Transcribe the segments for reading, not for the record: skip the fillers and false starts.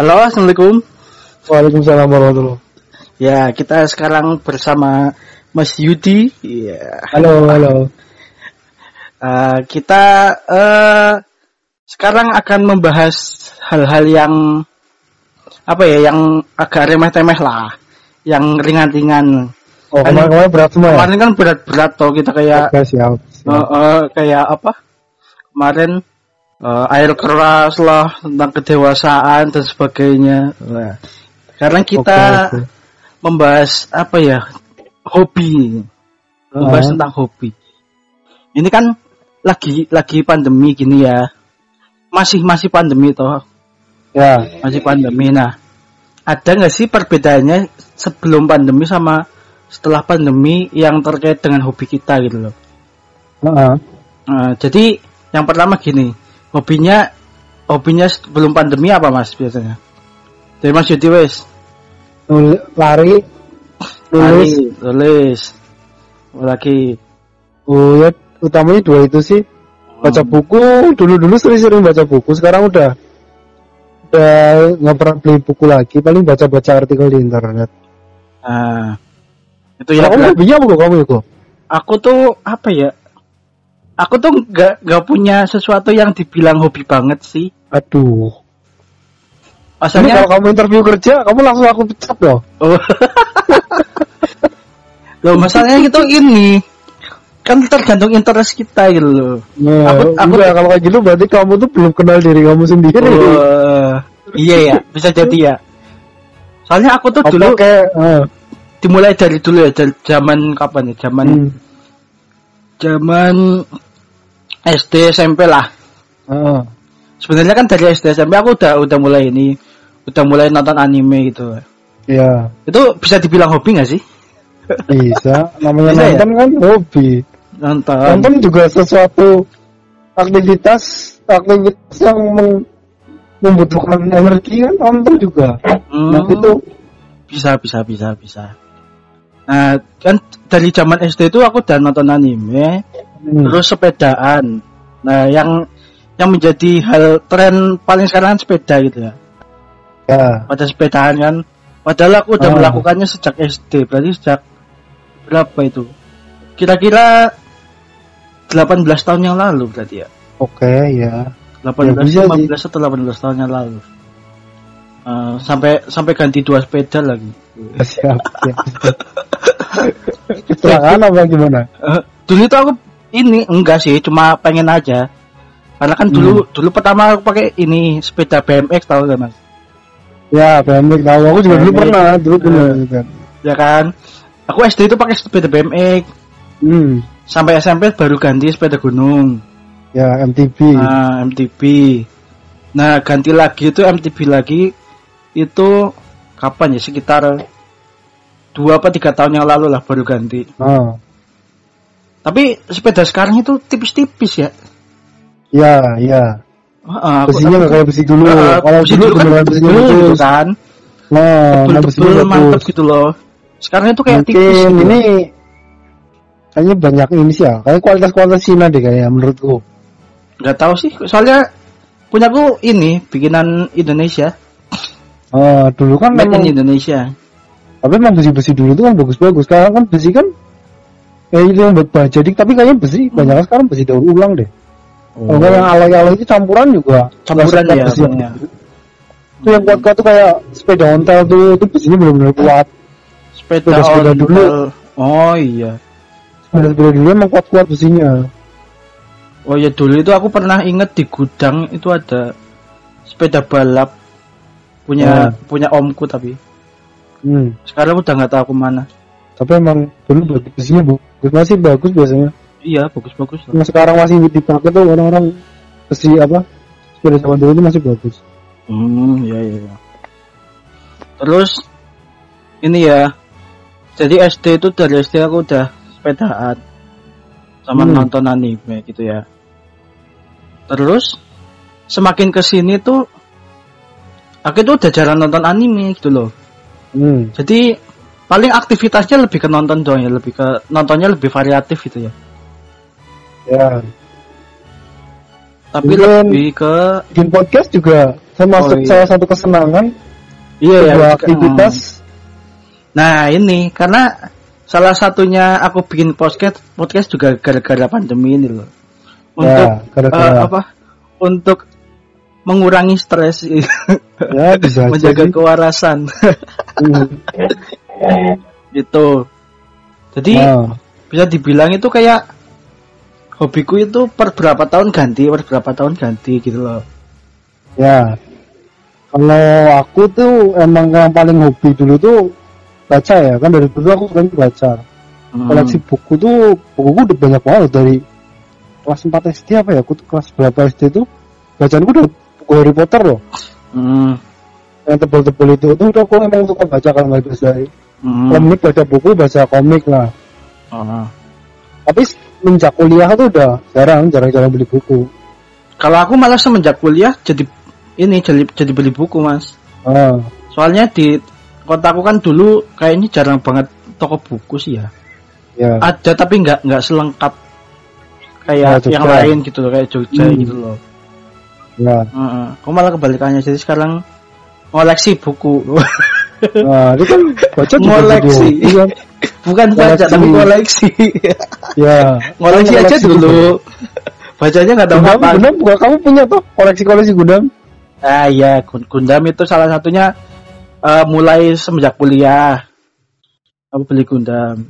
Halo, assalamualaikum. Waalaikumsalam warahmatullahi. Ya, kita sekarang bersama Mas Yudi. Ya. Halo. Kita sekarang akan membahas hal-hal yang yang agak remeh-temeh lah, yang ringan-ringan. Oh, kemarin berat semua ya? Kemarin kan berat-berat toh kita kayak. Oke, siap. Kayak apa? Kemarin air keras lah, tentang kedewasaan dan sebagainya. Nah, sekarang kita membahas hobi. Membahas tentang hobi. Ini kan lagi pandemi gini ya. Masih pandemi toh. Ya. Masih pandemi. Nah, ada nggak sih perbedaannya sebelum pandemi sama setelah pandemi yang terkait dengan hobi kita gitu loh? Jadi yang pertama gini, hobinya sebelum pandemi apa Mas biasanya? Dari Mas Yudi wes? Lari, tulis. Lagi. Oh ya, utamanya dua itu sih. Baca buku, dulu sering baca buku, sekarang udah nggak pernah beli buku lagi, paling baca artikel di internet. Itu ya. Kamu hobinya apa kamu itu? Aku tuh Aku tuh nggak punya sesuatu yang dibilang hobi banget sih. Aduh. Asalnya kalau kamu interview kerja, kamu langsung aku pecat loh. Loh, masalahnya itu ini kan tergantung interest kita gitu loh. Nah, aku kalau kayak gitu berarti kamu tuh belum kenal diri kamu sendiri. Iya ya, bisa jadi ya. Soalnya aku tuh dulu dimulai dari dulu ya, dari zaman kapan ya? Zaman SD SMP lah. Sebenarnya kan dari SD SMP aku udah mulai nonton anime gitu. Iya. Itu bisa dibilang hobi nggak sih? Bisa. Namanya bisa nonton ya? Kan hobi. Nonton juga sesuatu aktivitas yang membutuhkan energi kan, nonton juga. Nah itu bisa. Nah kan dari zaman SD itu aku udah nonton anime, terus sepedaan. Nah yang menjadi hal tren paling sekarang kan sepeda gitu ya. Ya. Pada sepedaan kan, padahal aku udah melakukannya sejak SD, berarti sejak berapa itu? Kira-kira 18 tahun yang lalu berarti ya. Oke, ya. 15 atau 18 tahun yang lalu. Sampai ganti 2 sepeda lagi. Siap. Kecelakaan apa gimana? Dulu itu aku enggak sih, cuma pengen aja. Karena kan dulu pertama aku pakai sepeda BMX, tahu kan Mas? Ya, BMX tahu. Aku juga dulu pernah juga. Ya kan? Aku SD itu pakai sepeda BMX. Sampai SMP baru ganti sepeda gunung. Ya, MTB. MTB. Nah, ganti lagi itu MTB lagi itu kapan ya? Sekitar 2 apa 3 tahun yang lalu lah baru ganti. Tapi sepeda sekarang itu tipis-tipis ya. Iya. Besinya nggak kayak besi dulu. Kalau besi dulu kan besinya gitu kan. Betul mantap gitu loh. Sekarang itu kayak tipis gitu. Ini kayaknya banyak ini sih ya. Kayak kualitas Cina deh kayaknya menurutku. Gak tahu sih. Soalnya punyaku bikinan Indonesia. Dulu kan memang Indonesia. Tapi memang besi dulu itu kan bagus-bagus. Sekarang kan besi kan itu yang buat baja. Tapi kayaknya besi banyak sekarang besi daur ulang deh. Kalau yang alay-alay itu campuran ya. Itu yang kuat-kuat tuh kayak sepeda ontel tuh, itu besinya benar-benar kuat. Sepeda dulu. Oh iya. Sepeda dulu emang kuat-kuat besinya. Oh ya, dulu itu aku pernah inget di gudang itu ada sepeda balap punya omku tapi. Sekarang udah nggak tahu kemana. Tapi emang dulu besinya masih bagus biasanya. Iya, bagus. Nah, sekarang masih dipakai tuh orang-orang besi sepeda zaman dulu itu masih bagus. Iya. Terus ini ya. Jadi SD itu dari SD aku udah sepedaan sama nonton anime gitu ya. Terus semakin kesini tuh aku tuh udah jarang nonton anime gitu loh. Jadi paling aktivitasnya lebih ke nonton doang ya, lebih ke nontonnya lebih variatif gitu ya. Ya. Tapi lebih ke bikin podcast juga termasuk salah satu kesenangan. Iya ya, aktivitas. Nah ini karena salah satunya aku bikin podcast juga gara-gara pandemi ini loh. Untuk untuk mengurangi stres, ya, bisa menjaga kewarasan. Gitu. Jadi bisa dibilang itu kayak hobiku itu per berapa tahun ganti gitu loh. Ya. Kalau aku tuh emang yang paling hobi dulu tuh baca ya, kan dari dulu aku sering baca. Koleksi buku udah banyak banget dari kelas 4 SD apa ya, aku tuh kelas berapa SD tuh bacaanku udah buku Harry Potter loh. Yang tebel-tebel itu udah aku emang suka baca kalau nggak bisa dari komik, baca buku, baca komik lah. Tapi semenjak kuliah tuh udah jarang beli buku. Kalau aku malah semenjak kuliah jadi beli buku, Mas. Soalnya di kotaku kan dulu kayaknya jarang banget toko buku sih ya. Ada tapi nggak selengkap kayak yang lain gitu loh, kayak Jogja gitu loh. Aku malah kebalikannya, jadi sekarang ngoleksi buku. Itu kan baca ngoleksi. Bukan baca tapi koleksi. Ya, ngoleksi aja dulu. Bacanya nggak tahu apa. Gundam, kamu punya tuh koleksi Gundam? Iya, Gundam itu salah satunya mulai semenjak kuliah. Aku beli Gundam.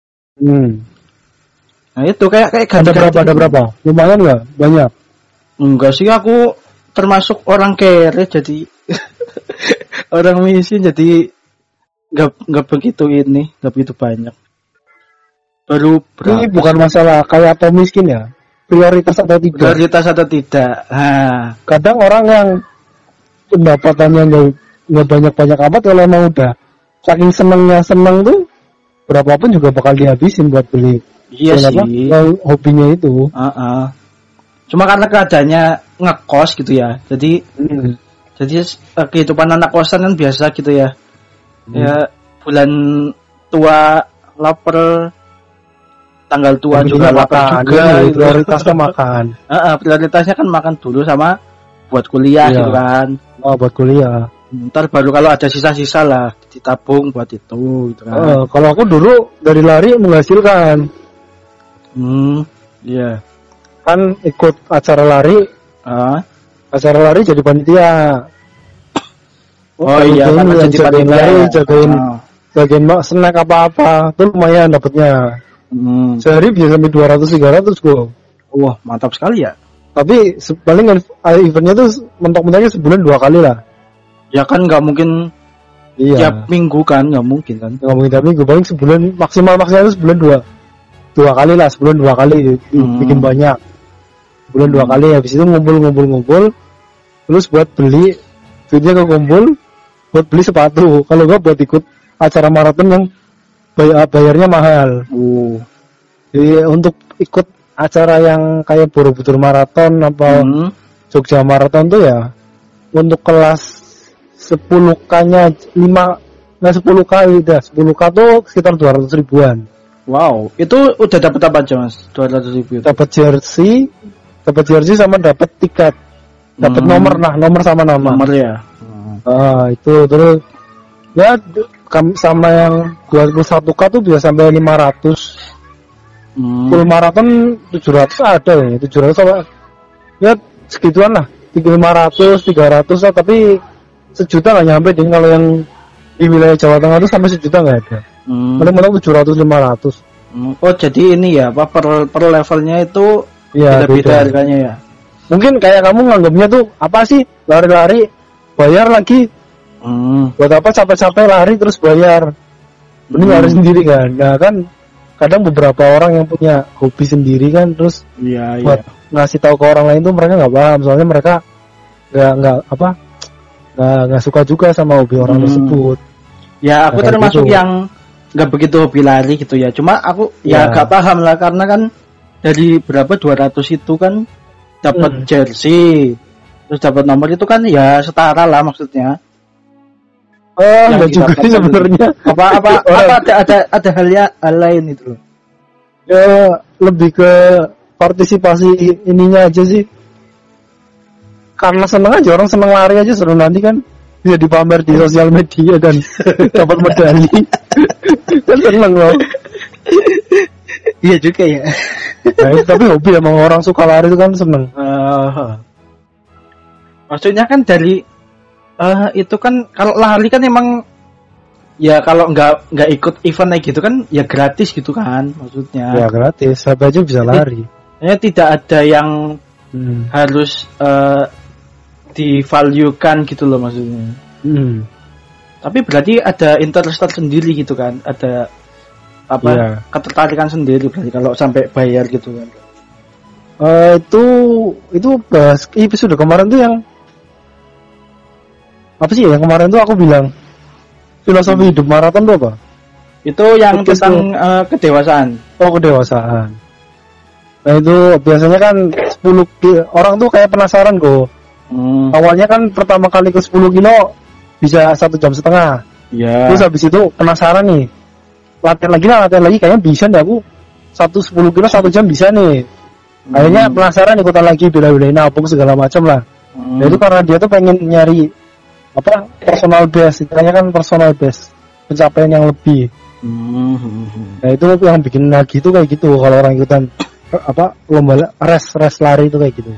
Nah itu kayak ada berapa? Lumayan nggak? Banyak? Enggak sih, aku termasuk orang kere jadi orang miskin, jadi nggak begitu banyak. Baru ini bukan masalah kayak atau miskin ya, prioritas atau tidak. Kadang orang yang pendapatannya nggak banyak amat, kalau emang udah saking seneng tuh berapapun juga bakal dihabisin buat beli. Iya sih. Hobinya itu. Cuma karena keadaannya ngekos gitu ya. Jadi kehidupan anak kosan kan biasa gitu ya. Ya bulan tua lapar, tanggal tua juga lapar juga. Gitu. Prioritasnya makan. Prioritasnya kan makan dulu sama buat kuliah gitu kan. Buat kuliah. Ntar baru kalau ada sisa-sisa lah ditabung buat itu gitu kan. Kalau aku dulu dari lari menghasilkan. Iya. Kan ikut acara lari. Acara lari jadi panitia. Iya, kan jadi panitia. Jagain snack apa-apa, tuh lumayan dapatnya. Sehari bisa sampai 200-300 kok. Wah, mantap sekali ya. Tapi paling eventnya tuh mentok-mentoknya sebulan 2 kali lah. Ya kan nggak mungkin tiap minggu kan, nggak mungkin kan. Nggak mungkin tiap minggu, paling sebulan maksimal itu sebulan 2 kali lah, sebulan 2 kali bikin banyak. Sebulan 2 kali, habis itu ngumpul, terus buat beli, duitnya kekumpul buat beli sepatu. Kalau nggak buat ikut acara maraton yang bayarnya mahal. Jadi untuk ikut acara yang kayak Borobudur maraton apa Jogja maraton tuh ya, untuk kelas 10K-nya 10K udah 10K tuh sekitar 200 ribuan. Wow, itu udah dapat apa aja Mas? 200 ribu. Dapat jersey sama dapat tiket. Dapat nomor sama nama. Nomor ya. Itu terus ya sama yang 21K tuh bisa sampai 500. Full maraton 700 ada ya, 700 sama ya segituan lah. 500, 300 lah, tapi sejuta nggak nyampe deh. Kalau yang di wilayah Jawa Tengah itu sampai sejuta nggak ada. Paling 700, 500. Oh jadi ini ya, apa per levelnya itu beda harganya ya? Mungkin kayak kamu nganggapnya tuh apa sih, lari-lari bayar lagi. Buat apa capek-capek lari terus bayar? Mending lari sendiri kan. Nah kan kadang beberapa orang yang punya hobi sendiri kan, terus buat ngasih tahu ke orang lain tuh mereka nggak paham, soalnya mereka nggak suka juga sama hobi orang tersebut. Ya aku termasuk gitu. Yang nggak begitu hobi lari gitu ya. Cuma aku nggak paham lah, karena kan dari berapa 200 itu kan dapat jersey, terus dapat nomor itu kan ya setara lah maksudnya. Enggak juga sih sebenarnya. Apa ada hal lain itu loh. Ya lebih ke partisipasi ininya aja sih. karena seneng aja, orang seneng lari aja seru, nanti kan bisa dipamer di sosial media dan dapat medali. Kan seneng loh. Iya juga ya. Nah, tapi hobi emang orang suka lari itu kan seneng. Maksudnya kan dari itu kan kalau lari kan emang ya kalau nggak ikut event kayak gitu kan ya gratis gitu kan maksudnya. Ya gratis, siapa aja bisa lari. Ya tidak ada yang harus divaluekan gitu loh maksudnya. Tapi berarti ada interest tersendiri gitu kan, ada apa ketertarikan sendiri berarti kalau sampai bayar gitu kan. Itu bahas episode kemarin tuh yang apa sih yang kemarin tuh aku bilang filosofi hidup maraton tuh apa? Itu yang tentang kedewasaan. Oh, kedewasaan. Nah itu biasanya kan 10 orang tuh kayak penasaran kok. Awalnya kan pertama kali ke 10 kilo bisa 1,5 jam. Iya. Terus habis itu penasaran nih. Latihan lagi kayaknya bisa nih aku 10 kilo 1 jam bisa nih. Akhirnya penasaran ikutan lagi bela-belain nabung segala macam lah. Nah itu karena dia tuh pengen nyari apa personal best, istilahnya kan personal best, pencapaian yang lebih. Nah itu yang bikin lagi itu kayak gitu kalau orang ikutan apa lomba race lari itu kayak gitu.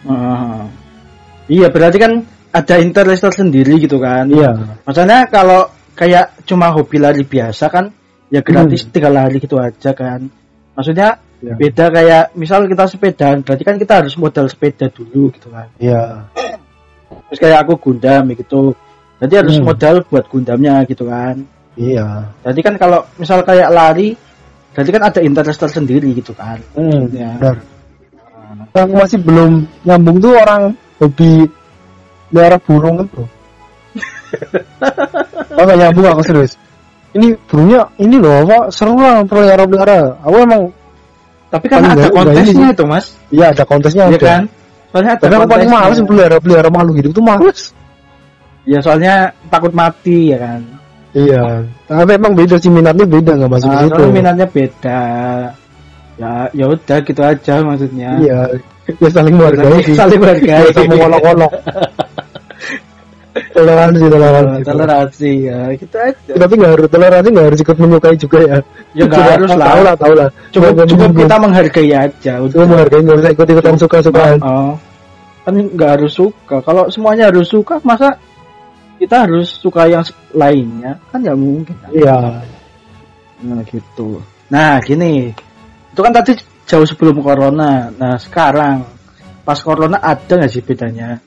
Iya berarti kan ada interest sendiri gitu kan. Iya. Maksudnya kalau kayak cuma hobi lari biasa kan ya gratis tinggal lari gitu aja kan. Maksudnya beda kayak misal kita sepedaan berarti kan kita harus modal sepeda dulu gitu kan. Iya. Terus kayak aku Gundam gitu. Jadi harus modal buat Gundamnya gitu kan. Iya. Jadi kan kalau misal kayak lari berarti kan ada interest tersendiri gitu kan. Benar. Aku masih belum nyambung tuh orang hobi melihara burung kan bro. Gak nyambung aku serius. Ini burungnya ini loh apa seru lah pelihara. Aku emang tapi kan ada kontesnya itu mas. Iya ada kontesnya ya kan. Soalnya tapi aku paling males pelihara makhluk hidup tuh males. Ya soalnya takut mati ya kan. Iya. Tapi emang beda sih minatnya beda nggak masuk ke situ. Minatnya beda. Ya udah gitu aja maksudnya. Iya. Ya saling menghargai sih. Saling menghargai. Sama ngolok-ngolok. Toleransi ya gitu aja. Tapi toleransi nggak harus ikut menyukai juga ya. Ya nggak harus lah. Tahu lah. Cukup kita menghargai aja. Cuma menghargai nggak usah ikut-ikutan suka-sukaan. Kan nggak harus suka. Kalau semuanya harus suka, masa kita harus suka yang lainnya? Kan nggak mungkin. Iya. Nah gitu. Nah gini, itu kan tadi jauh sebelum corona. Nah sekarang pas corona ada nggak sih bedanya?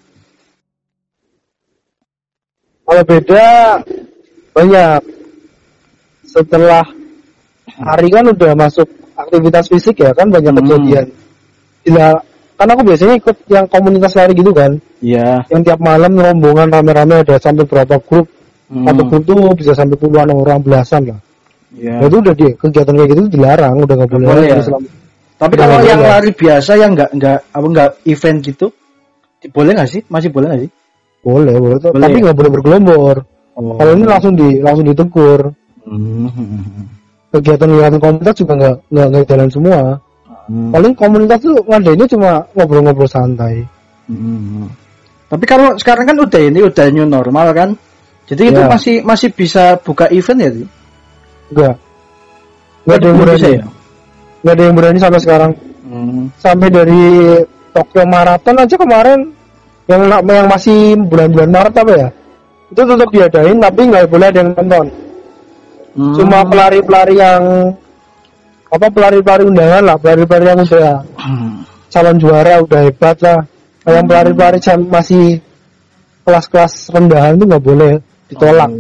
Kalau beda banyak. Setelah hari kan udah masuk aktivitas fisik ya kan banyak kejadian. Kan aku biasanya ikut yang komunitas lari gitu kan. Iya. Yang tiap malam rombongan rame-rame ada sampai berapa grup. Satu grup tuh bisa sampai puluhan orang, belasan lah. Iya. Nah, itu udah kegiatan kayak gitu dilarang, udah nggak boleh ya. Tapi kalau yang lari biasa yang nggak event gitu, boleh nggak sih? Masih boleh nggak sih? Boleh. Tapi nggak boleh bergelombor. Kalau ini langsung ditegur. Kegiatan komunitas juga nggak jalan semua. Paling komunitas tuh ngadainnya cuma ngobrol-ngobrol santai. Tapi kalau sekarang kan udah new normal kan, jadi itu masih bisa buka event ya sih? Nggak ada yang berani ya? Nggak ada yang berani sampai sekarang. Sampai dari Tokyo Marathon aja kemarin yang masih bulan-bulan Maret apa ya, itu tetap diadain tapi nggak boleh ada yang nonton. Cuma pelari-pelari yang pelari-pelari undangan lah, pelari-pelari yang udah calon juara udah hebat lah. Yang pelari-pelari masih kelas-kelas rendahan itu nggak boleh, ditolak.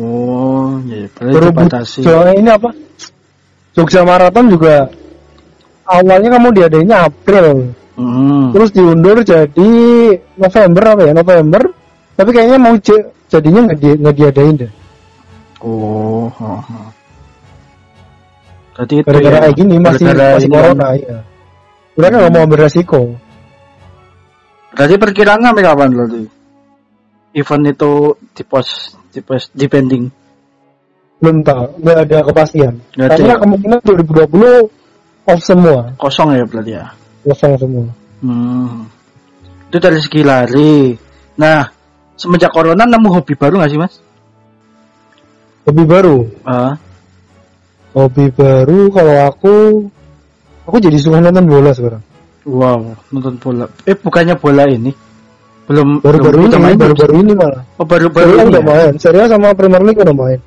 Ini apa? Jogja Marathon juga awalnya kamu diadainnya April, terus diundur jadi November. Tapi kayaknya mau jadinya nggak diadain deh. Berarti itu gara-gara kayak gini masih corona ya. Mereka nggak mau ambil resiko. Berarti perkiraan sampai kapan lo tuh? Event itu di pending? Belum tahu, nggak ada kepastian. Karena kemungkinan 2020 off semua. Kosong ya berarti ya? Kosong semua. Itu dari segi lari. Nah, semenjak corona nemu hobi baru nggak sih, Mas? Hobi baru? Hobi baru kalau aku jadi suka nonton bola sekarang. Wow, nonton bola. Bukannya bola ini? Baru-baru ini malah. Oh, baru-baru ini. Udah main. Serie A sama Premier League udah main.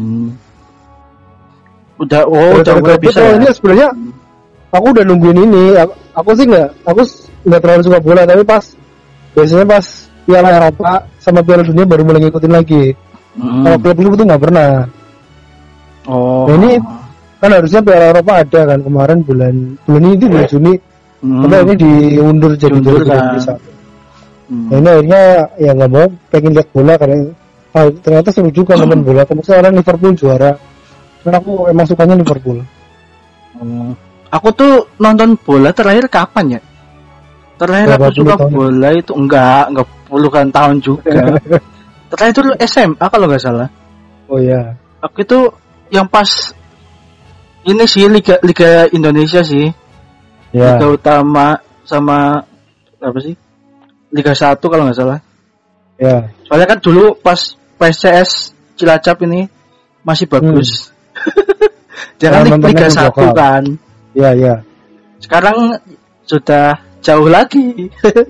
Udah bisa. Ini sebenarnya aku udah nungguin ini. Aku nggak terlalu suka bola, tapi biasanya pas Piala Eropa sama Piala Dunia baru mulai ngikutin lagi. Kalau klub itu nggak pernah. Nah, ini kan harusnya Piala Eropa ada kan kemarin bulan ini bulan Juni. Tapi ini diundur jadi 2021. Nah, ini akhirnya ya nggak mau pengen lihat bola karena ternyata seru juga nonton bola. Kemudian sekarang Liverpool juara. Karena aku emang sukanya Liverpool. Aku tuh nonton bola terakhir kapan ya? Terakhir aku suka bola itu enggak puluhan tahun juga. Terakhir itu SMA kalau nggak salah. Oh iya. Aku itu yang pas ini sih Liga Indonesia sih. Ya. Liga utama sama apa sih? Liga 1 kalau nggak salah. Ya. Soalnya kan dulu pas PSIS Cilacap ini masih bagus. Jangan Liga 1 kan. Iya. Sekarang sudah jauh lagi.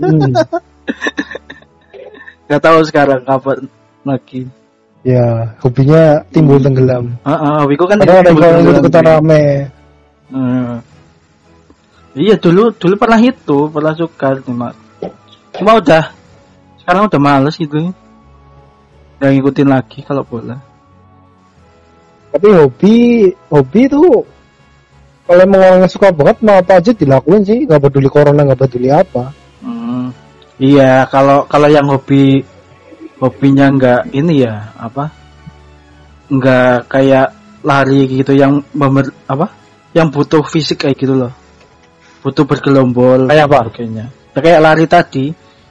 Gak tahu sekarang kapan lagi. Ya, hobinya timbul tenggelam. Hobiku kan ada yang ikut-ikutan rame. Iya, dulu pernah suka cuma sekarang udah males gitu. Udah ngikutin lagi kalau bola. Tapi hobi itu kalau emang orangnya suka banget mau apa aja dilakuin sih, nggak peduli corona, nggak peduli apa. Iya, kalau yang hobinya nggak ini ya nggak kayak lari gitu yang yang butuh fisik kayak gitu loh, butuh bergelombol kayak apa kayaknya ya, kayak lari tadi.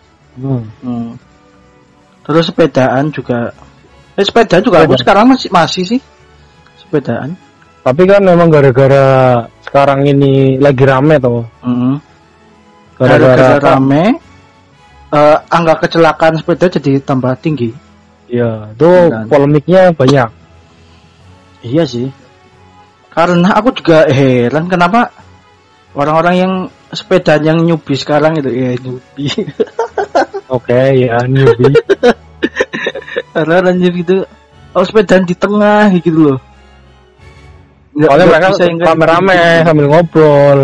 Terus sepedaan juga aku sekarang masih sih sepedaan. Tapi kan memang gara-gara sekarang ini lagi rame toh. Gara-gara rame, angka kecelakaan sepeda jadi tambah tinggi. Iya, tuh polemiknya banyak. Iya sih. Karena aku juga heran kenapa orang-orang yang sepeda yang newbie sekarang itu newbie. Oke, ya newbie. Karena newbie itu sepedaan di tengah gitu loh. Soalnya mereka rame-rame sambil ngobrol.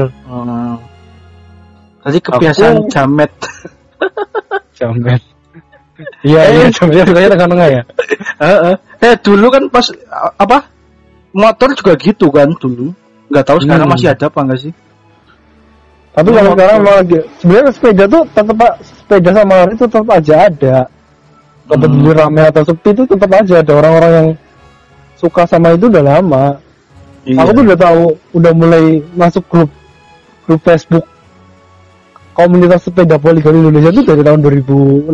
Tadi kebiasaan jamet. Jamet. Iya, jametnya sukanya tengah-tengah ya. Dulu kan pas motor juga gitu kan dulu. Nggak tahu sekarang masih ada apa enggak sih? Tapi kalau sekarang malah sebenarnya sepeda tuh sepeda sama lari itu tetap aja ada. Peduli ramai atau sepi itu tetap aja ada orang-orang yang suka sama itu udah lama. Iya. Aku tuh udah tahu, udah mulai masuk grup Facebook komunitas sepeda Polygon Indonesia itu dari tahun 2018.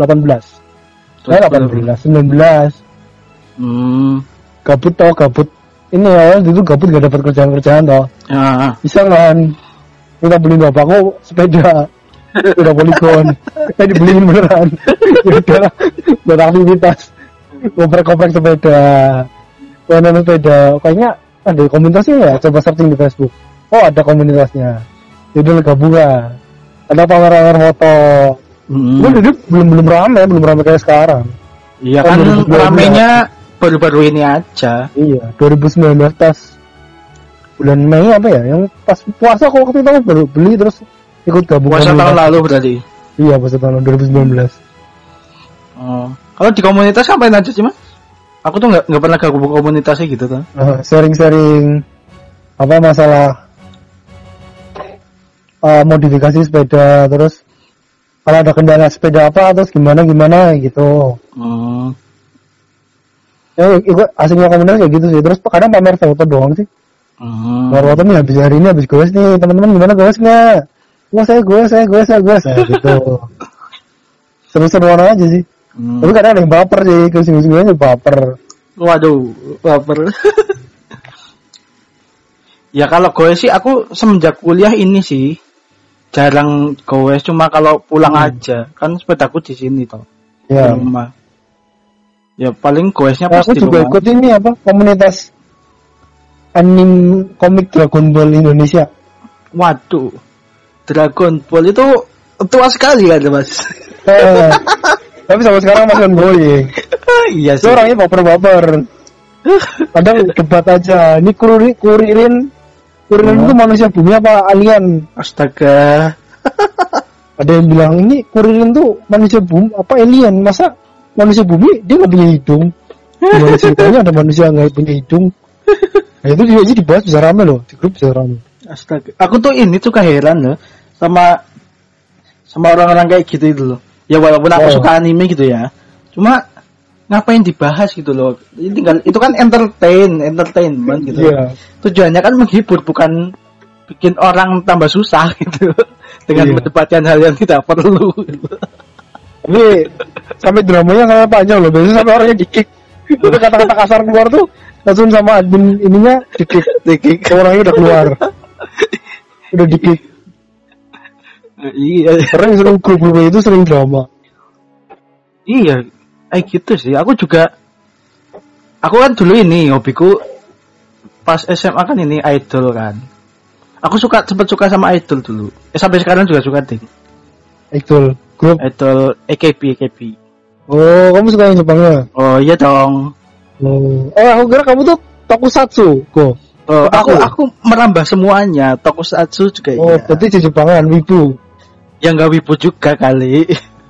19. Gabut. Ini awal itu gabut gak dapat kerjaan toh. Bisa kan? Kita beli bapakku sepeda. Udah Polygon. Saya dibeliin beneran. Udah buat aktivitas. Koprek-koprek sepeda. Nonton sepeda. Kayaknya ada komunitasnya ya, coba searching di Facebook. Oh, ada komunitasnya. Jadi gabungan. Ada pamer-pamer foto. Jadi belum rame kayak sekarang. Iya kan ramenya baru-baru ini aja. Iya, 2019 pas bulan Mei apa ya? Yang pas puasa kok waktu itu baru beli terus ikut gabung. Puasa tahun lalu berarti. Iya, puasa tahun 2019. Kalau di komunitas ngapain aja sih, Mas? Aku tuh nggak pernah gabung komunitasnya gitu tuh. Sharing masalah modifikasi sepeda, terus kalau ada kendala sepeda apa terus gimana gitu. Ya ikut asiknya komunitas kayak gitu sih. Terus kadang pamer foto doang sih. Pamer foto nih hari ini habis goes nih, teman-teman gimana goesnya? Wah, saya goes gitu. Seru-seruan aja sih. Tapi kadang ada yang baper sih, kesini-sini baper. Waduh, baper. Ya kalau goes sih aku semenjak kuliah ini sih jarang goes, cuma kalau pulang aja. Kan sepedaku di sini toh. Ya. Di rumah. Ya paling goesnya Nah, pas aku di juga rumah. ikut ini apa komunitas komik Dragon Ball Indonesia. Waduh. Dragon Ball itu tua sekali kan, Mas. Tapi sampai sekarang masih ongoing. Iya Itu sih. orangnya baper-baper. Kadang debat aja. Ini Kuririn itu manusia bumi apa alien? Astaga. Ada yang bilang ini Kuririn tuh manusia bumi apa alien? Masa manusia bumi dia nggak punya hidung? Gimana ceritanya ada manusia nggak punya hidung? Nah, itu dia aja dibahas bisa rame loh, di grup bisa rame. Astaga. Aku tuh ini suka heran loh sama orang-orang kayak gitu itu loh. Ya walaupun aku suka anime gitu ya. Cuma ngapain dibahas gitu loh. Itu kan entertainment gitu. Iya. Tujuannya kan menghibur, bukan bikin orang tambah susah gitu. Dengan mendapatkan hal yang tidak perlu gitu. Tapi sampai dramanya sampai panjang loh. Biasanya sampai orangnya di-kick. Udah kata-kata kasar keluar tuh langsung sama admin ininya di-kick. Orangnya udah keluar. Udah di-kick. Iya. Karena sering grup-grup itu sering drama. Iya, gitu sih. Aku kan dulu ini hobiku pas SMA kan ini idol kan. Aku sempat suka sama idol dulu. Sampai sekarang juga suka deh. Idol grup. Idol AKB. Oh, kamu suka yang Jepangnya? Oh iya dong. Oh, aku kira kamu tuh tokusatsu kok. Oh, aku merambah semuanya. Tokusatsu juga iya. Oh, berarti Jepangan, wibu. Ya nggak wibu juga kali.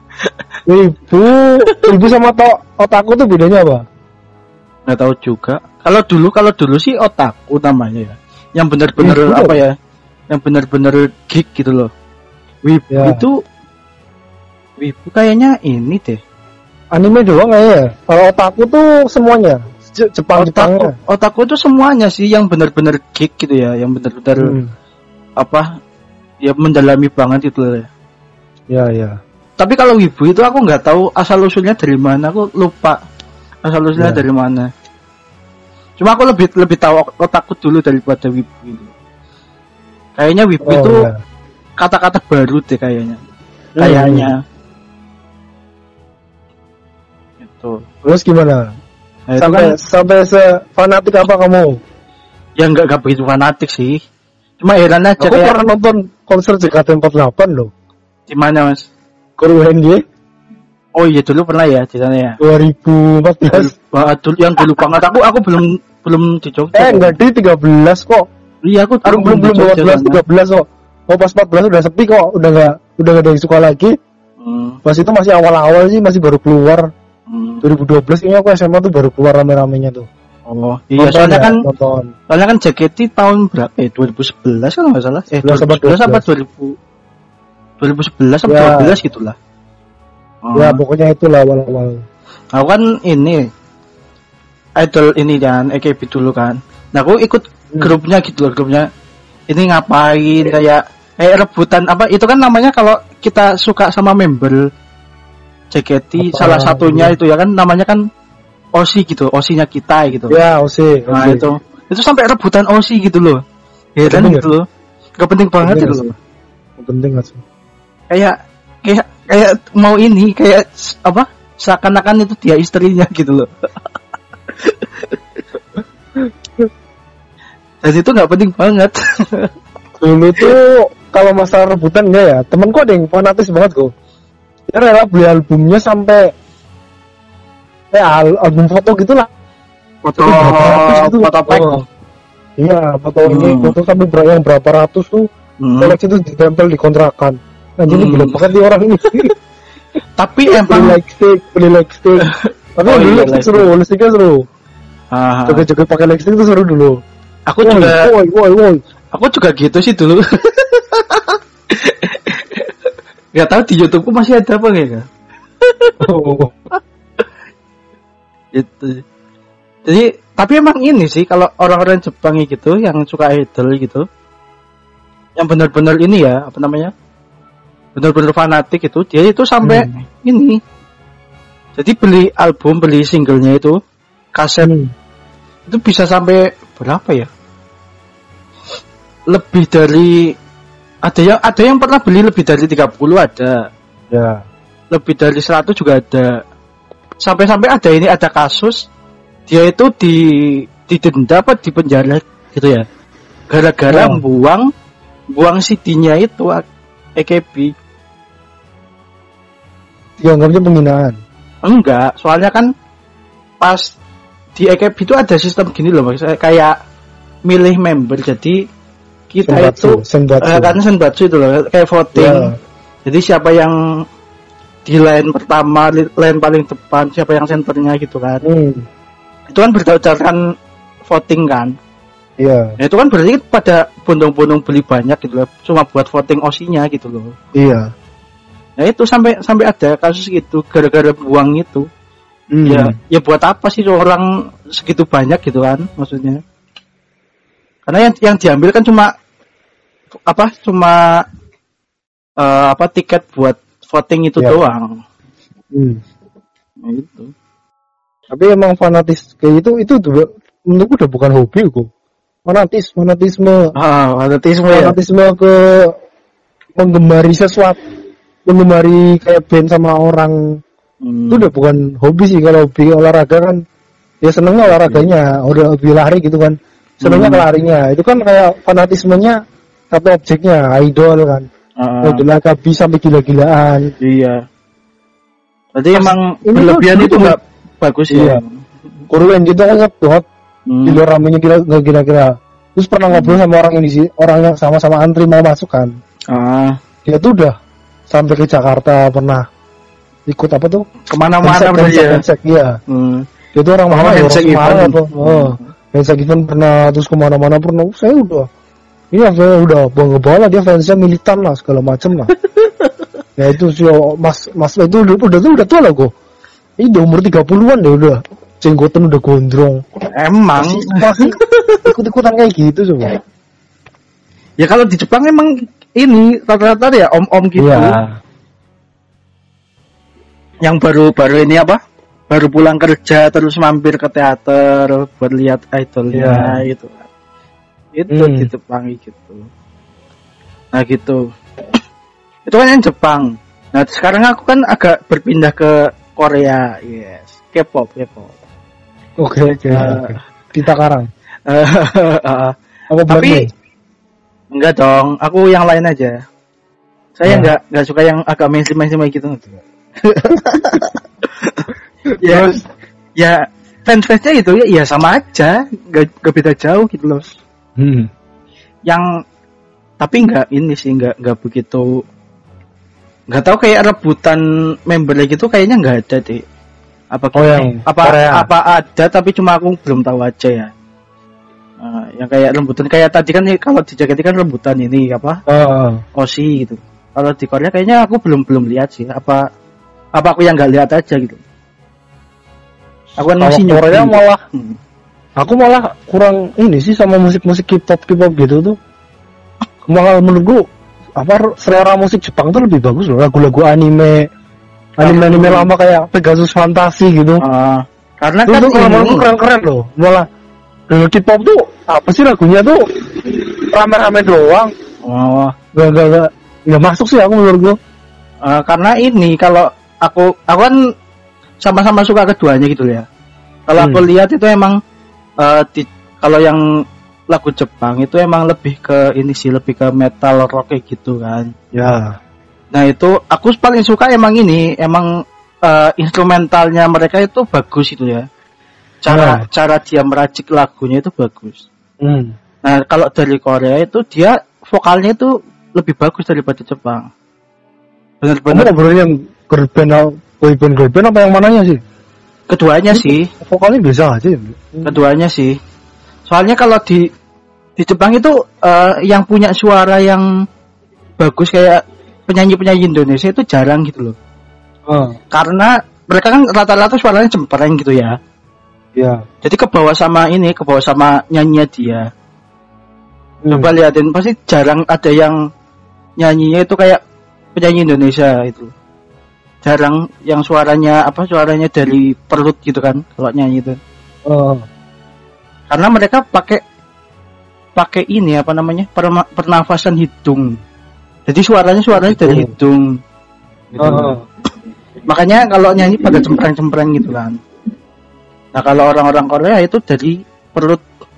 Wibu sama otaku tuh bedanya apa? Nggak tahu juga. Kalau dulu sih otaku namanya ya. Yang benar-benar apa ya? Yang benar-benar geek gitu loh. Wibu itu wibu kayaknya ini deh. Anime doang ya. Kalau otaku tuh semuanya. Jepang-Jepangnya. Otaku itu semuanya sih yang benar-benar geek gitu ya, yang benar-benar apa? Ya mendalami banget itu loh. Ya. Tapi kalau wibu itu aku nggak tahu asal usulnya dari mana, aku lupa asal usulnya dari mana. Cuma aku lebih tahu otaku dulu daripada wibu itu. Kayaknya wibu itu kata-kata baru deh kayaknya. Itu. Terus gimana? Nah, sampai sefanatik apa kamu? Ya nggak begitu fanatik sih. Cuma heran aja. Aku pernah nonton konser JKT48 loh. Di mana, Mas? Koruhendy. Oh iya dulu pernah ya di sana ya. 2014. Yang dulu banget aku belum di Jogja. Enggak di 13 kok. Iya aku belum 14 13 kok. Oh pas 14 udah sepi kok, udah enggak ada yang suka lagi. Pas itu masih awal-awal sih, masih baru keluar. 2012 kayaknya aku SMA tuh baru keluar rame-ramenya tuh. Oh iya, soalnya kan JKT tahun berapa ya? 2011 kalau nggak salah. 2011 apa 2011 sampai 12 gitulah. Ya pokoknya itulah awal-awal. Aku kan ini idol ini kan AKB dulu kan. Nah aku ikut grupnya gitu loh, grupnya ini ngapain kayak rebutan apa itu kan namanya kalau kita suka sama member JKT salah satunya itu ya kan namanya kan OSI gitu, OSI-nya kita gitu. Ya OSI. Nah itu sampai rebutan OSI gitu loh. Heran gitu loh. Gak penting banget gitu loh. Penting nggak sih? Kayak mau ini kayak apa? Seakan-akan itu dia istrinya gitu loh. Dan itu nggak penting banget. Dulu tuh kalau masalah rebutan enggak ya. Temenku ada yang fanatis banget kok. Dia rela beli albumnya sampai album foto gitulah. Foto pack. Iya, foto ini foto sampai yang berapa ratus tuh. Koleksi itu ditempel di kontrakan. Anjir ini gila banget nih orang ini. Tapi emang beli lightstick. Tapi dulu lightstick seru, lightsticknya seru. Joget-joget pakai lightstick itu seru dulu. Aku juga gitu sih dulu. Gak tahu di YouTubeku masih ada apa enggak? Gitu. Jadi tapi emang ini sih kalau orang-orang Jepang gitu yang suka idol gitu, yang benar-benar ini ya apa namanya, benar-benar fanatik itu dia itu sampai ini. Jadi beli album, beli singlenya itu kaset itu bisa sampai berapa ya? Lebih dari ada yang pernah beli lebih dari 30 ada. Ya. Lebih dari 100 juga ada. sampai ada kasus dia itu didenda apa di penjara gitu ya. Gara-gara buang CD-nya itu AKB. Dianggapnya penghinaan. Enggak, soalnya kan pas di AKB itu ada sistem gini loh, maksudnya kayak milih member. Jadi kita kan senbatsu itu loh, kayak voting. Yeah. Jadi siapa yang di line pertama, line paling depan, siapa yang senternya gitu kan. Itu kan berdasarkan voting kan. Iya. Nah, itu kan berarti pada bondong-bondong beli banyak gitu loh, cuma buat voting OSI-nya gitu loh. Iya. Nah itu sampai ada kasus gitu gara-gara buang itu. Ya buat apa sih orang segitu banyak gitu kan maksudnya? Karena yang diambil kan cuma tiket buat voting itu doang. Nah, itu. Tapi emang fanatis kayak itu menurutku udah bukan hobi kok. Fanatisme ke menggemari sesuatu, menggemari kayak band sama orang itu udah bukan hobi sih. Kalau hobi olahraga kan ya senengnya olahraganya, udah hobi lari gitu kan, senengnya kelarinya. Itu kan kayak fanatismenya satu objeknya, idol kan, udah lagi sampai gila-gilaan. Iya. Berarti emang berlebihan itu nggak bagus ya. Kurang gitu kan ngetot. Di luar ramenya gila-gila. Terus pernah ngobrol sama orang yang sama-sama antri mau masuk kan. Dia tuh udah sampai ke Jakarta, pernah ikut apa tuh? Kemana-mana berarti ya. Dia tuh orang mana ya? Handshake event pernah, terus kemana-mana pernah. Saya udah bangga dia fansnya militan lah segala macem lah. Ya itu sih mas itu udah tua lah kok. Ini udah umur 30-an deh udah. Jenggotan udah gondrong. Emang masih ikut-ikutan kayak gitu coba. Ya kalau di Jepang emang ini rata-rata ya om-om gitu. Ya. Yang baru ini baru pulang kerja terus mampir ke teater buat lihat idolnya gitu. Itu di Jepang gitu. Nah gitu. Itu kan yang Jepang. Nah sekarang aku kan agak berpindah ke Korea. Yes. K-pop. Oke. Kita karang. Tapi enggak dong, aku yang lain aja. Saya enggak suka yang agak mainstream gitu. Ya fans-fansnya itu ya sama aja, enggak beda jauh gitu loh. Yang tapi enggak begitu. Enggak tahu kayak rebutan membernya gitu kayaknya enggak ada deh. Apa ada tapi cuma aku belum tahu aja ya. Yang kayak rebutan kayak tadi kan kalau di Jakarta kan rebutan ini OSI gitu. Kalau di Korea kayaknya aku belum lihat sih. Apa aku yang nggak lihat aja gitu. Aku kan masih Korea malah aku malah kurang ini sih sama musik K-pop gitu tuh. Malah menurutku selera musik Jepang tuh lebih bagus loh, lagu-lagu anime lama kayak Pegasus Fantasi gitu. Karena kan menurutku keren loh. Malah K-pop tuh apa sih lagunya tuh rame-rame doang. Gak masuk sih aku menurutku. Karena ini kalau aku kan sama-sama suka keduanya gitu ya. Kalau aku lihat itu emang kalau yang lagu Jepang itu emang lebih ke metal rock kayak gitu kan. Ya. Nah itu aku paling suka emang instrumentalnya mereka itu bagus itu ya. Cara dia meracik lagunya itu bagus. Nah kalau dari Korea itu dia vokalnya itu lebih bagus daripada Jepang. Benar-benar yang girl band apa yang mananya sih? Keduanya sih. Vokalnya biasa aja. Keduanya sih. Soalnya kalau di Jepang itu yang punya suara yang bagus kayak penyanyi Indonesia itu jarang gitu loh. Karena mereka kan rata-rata suaranya cempreng gitu ya. Ya. Jadi ke bawah sama nyanyinya dia. Coba liatin pasti jarang ada yang nyanyinya itu kayak penyanyi Indonesia itu. Jarang yang suaranya dari perut gitu kan kalau nyanyi itu. Karena mereka pakai ini pernafasan hidung. Jadi suaranya dari hidung. Gitu. Makanya kalau nyanyi pada cempreng-cempreng gitu kan. Nah kalau orang-orang Korea itu dari perut.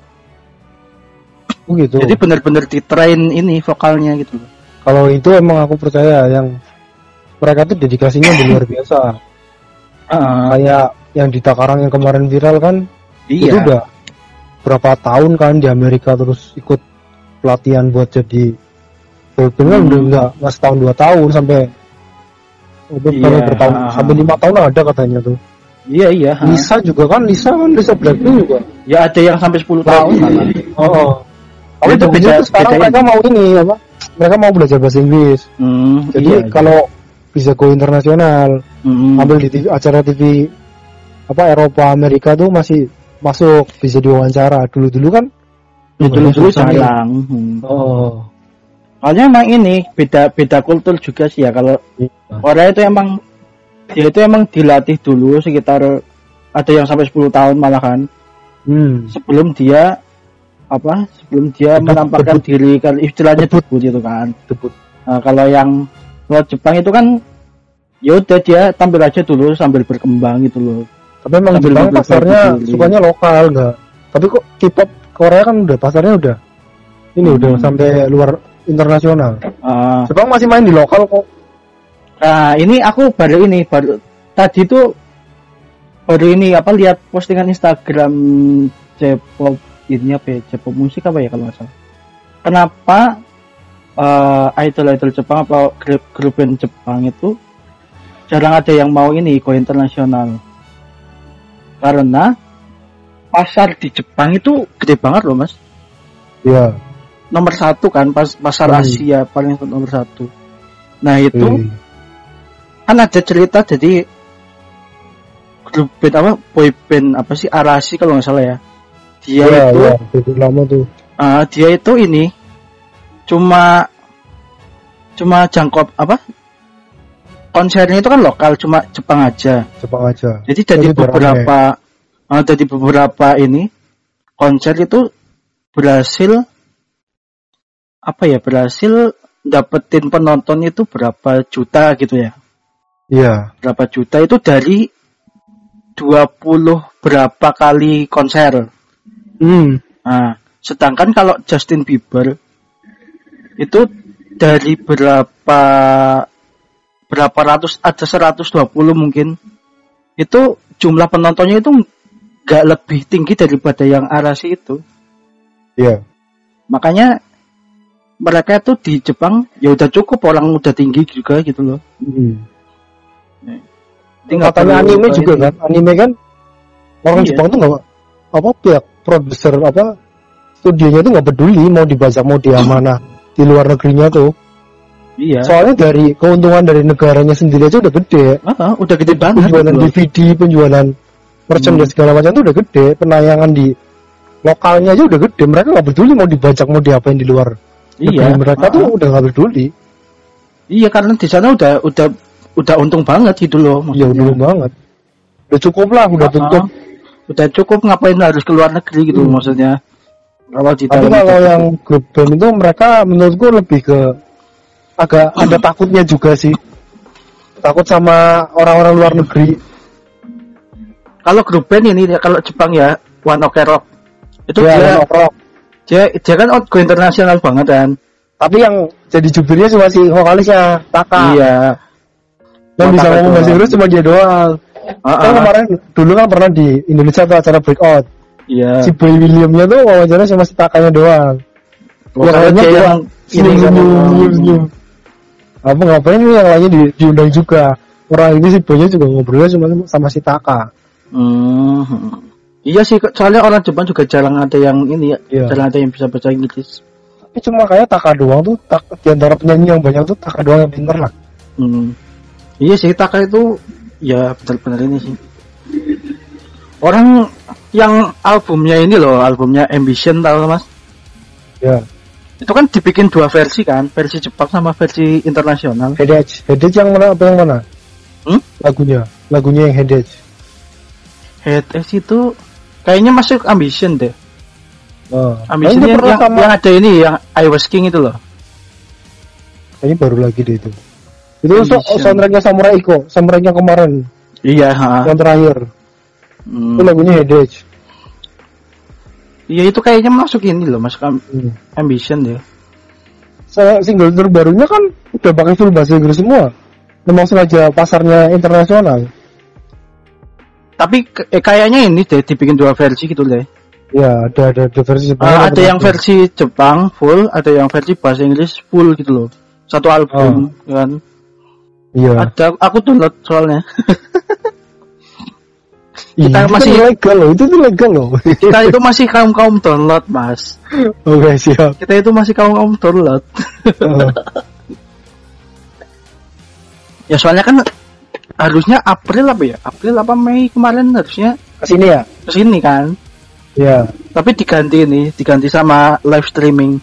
Gitu. Jadi benar-benar ditrain ini vokalnya gitu. Kalau itu emang aku percaya yang mereka tuh dedikasinya di luar biasa. Kayak yang di Takarang yang kemarin viral kan, itu udah berapa tahun kan di Amerika terus ikut pelatihan buat jadi boyband kan udah nggak setahun 2 tahun sampai bertahun sampai 5 tahun ada katanya tuh. Iya. Lisa juga kan, Lisa Blackpink juga. Ya ada yang sampai 10 tahun malah. Tapi itu beda. Sekarang mereka mau ini apa? Mereka mau belajar bahasa Inggris. Jadi kalau bisa go internasional, ambil di TV, acara TV apa Eropa Amerika tuh masih masuk, bisa diwawancara. Dulu kan dulu jarang. Soalnya emang ini beda kultur juga sih ya. Kalau Korea itu emang dia itu emang dilatih dulu sekitar ada yang sampai 10 tahun malah kan. Sebelum dia menampakkan diri kan istilahnya debut itu kan. Nah, kalau Jepang itu kan ya udah dia tampil aja dulu sambil berkembang gitu loh. Tapi emang Jepang pasarnya sukanya lokal enggak. Tapi kok K-pop Korea kan udah pasarnya udah sampai luar internasional. Jepang masih main di lokal kok. Nah, ini aku baru tadi tuh lihat postingan Instagram J-pop ini J-pop musik apa ya kalau nggak salah. Kenapa idol Jepang apa grup band Jepang itu jarang ada yang mau go internasional? Karena pasar di Jepang itu gede banget loh mas. Iya. Nomor 1 kan pasar Asia paling nomor 1. Nah itu kan ada cerita jadi grup band boy band Arashi kalau nggak salah ya. Dia itu lama tuh. Dia itu cuma jangkau konsernya itu kan lokal, cuma Jepang aja. Jadi dari beberapa konser itu berhasil dapetin penonton itu berapa juta gitu ya. Iya. Berapa juta itu dari 20 berapa kali konser. Nah, sedangkan kalau Justin Bieber itu dari berapa ratus, ada 120 mungkin. Itu jumlah penontonnya itu gak lebih tinggi daripada yang Arashi itu. Iya. Makanya mereka tuh di Jepang ya udah cukup, orang udah tinggi juga gitu loh. Katanya anime juga kan, anime kan orang Jepang tuh nggak pihak produser studionya tuh nggak peduli mau dibajak mau di mana di luar negerinya tuh. Iya. Soalnya dari keuntungan dari negaranya sendiri aja udah gede. Udah gede banget. Penjualan DVD, penjualan merchandise segala macam tuh udah gede. Penayangan di lokalnya aja udah gede. Mereka nggak peduli mau dibajak mau diapain di luar. Iya. Mereka tuh udah nggak peduli. Iya, karena di sana udah untung banget gitu loh. Iya, untung banget. Udah cukup lah, udah tutup. Udah cukup, ngapain harus ke luar negeri gitu maksudnya. Tapi kalau yang grup band itu mereka menurutku lebih ke agak ada takutnya juga sih. Takut sama orang-orang luar negeri. Kalau grup band ini kalau Jepang ya One Ok Rock. Itu dia kan go internasional banget kan. Tapi yang jadi jubirnya cuma si vokalisnya Taka. Iya. Yang bisa ngomong bahasa Inggris cuma dia doang. Kan kemarin dulu kan pernah di Indonesia tuh acara breakout. Iya. Si Boy Williamnya tuh wawancara sama si Takanya doang. Yang senyum. Apa ngapain nih yang lainnya diundang juga. Orang ini si Boynya juga ngobrolnya cuma sama si Taka. Iya sih, soalnya orang Jepang juga jarang ada yang jarang ada yang bisa bahasa Inggris. Tapi cuma kayak Taka doang tuh, di antara penyanyi yang banyak tuh Taka doang yang pinter lah. Iya sih, Taka itu ya benar-benar ini sih. Orang yang albumnya Ambition tahu Mas? Ya. Itu kan dibikin 2 versi kan, versi Jepang sama versi internasional. Headage yang mana apa yang mana? Lagunya yang Headage itu kayaknya masuk Ambition deh. Ambition yang ada ini yang I Was King itu loh. Kayaknya baru lagi deh itu. Itu soundtracknya Samurai Iko, soundtracknya kemarin. Iya, yang terakhir. Itu lagunya Headache. Iya, itu kayaknya masuk ini loh, masuk Ambition ya. Single terbarunya kan udah pakai full bahasa Inggris semua. Memang sengaja pasarnya internasional. Tapi kayaknya ini deh dibikin 2 versi gitu deh. Ya, ada versi Jepang. Ada yang versi Jepang full, ada yang versi bahasa Inggris full gitu loh. Satu album kan. Iya. Ada, aku download soalnya. Kita masih legal loh, itu tuh legal loh. Kita itu masih kaum download, Mas. Oke, siap. Kita itu masih kaum download. Ya soalnya kan harusnya April apa Mei kemarin harusnya kesini ya? Kesini kan. Iya. Tapi diganti sama live streaming.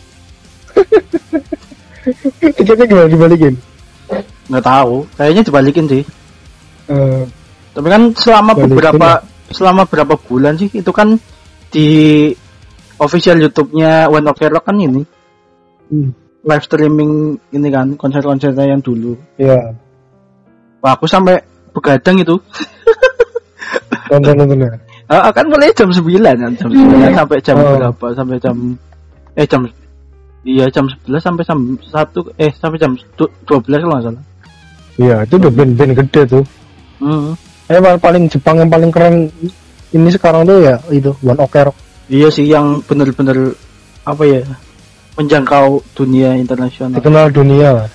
Tiketnya gimana dibalikin? Nggak tahu, kayaknya dibalikin sih. Tapi kan selama berapa bulan sih itu kan di official YouTube-nya One Ok Rock kan ini live streaming ini kan konser-konsernya yang dulu. Iya. Wah, aku sampai begadang itu. Nonton-nontonnya. Kan mulai jam 9 kan, jam 9 sampai jam berapa? Sampai jam jam 11 sampai jam 1 sampai jam 12 kalau nggak salah. Iya, itu udah band-band gede tuh. Paling Jepang yang paling keren ini sekarang tuh ya itu One Ok Rock. Iya sih, yang bener-bener apa ya, menjangkau dunia internasional. Dikenal dunia lah.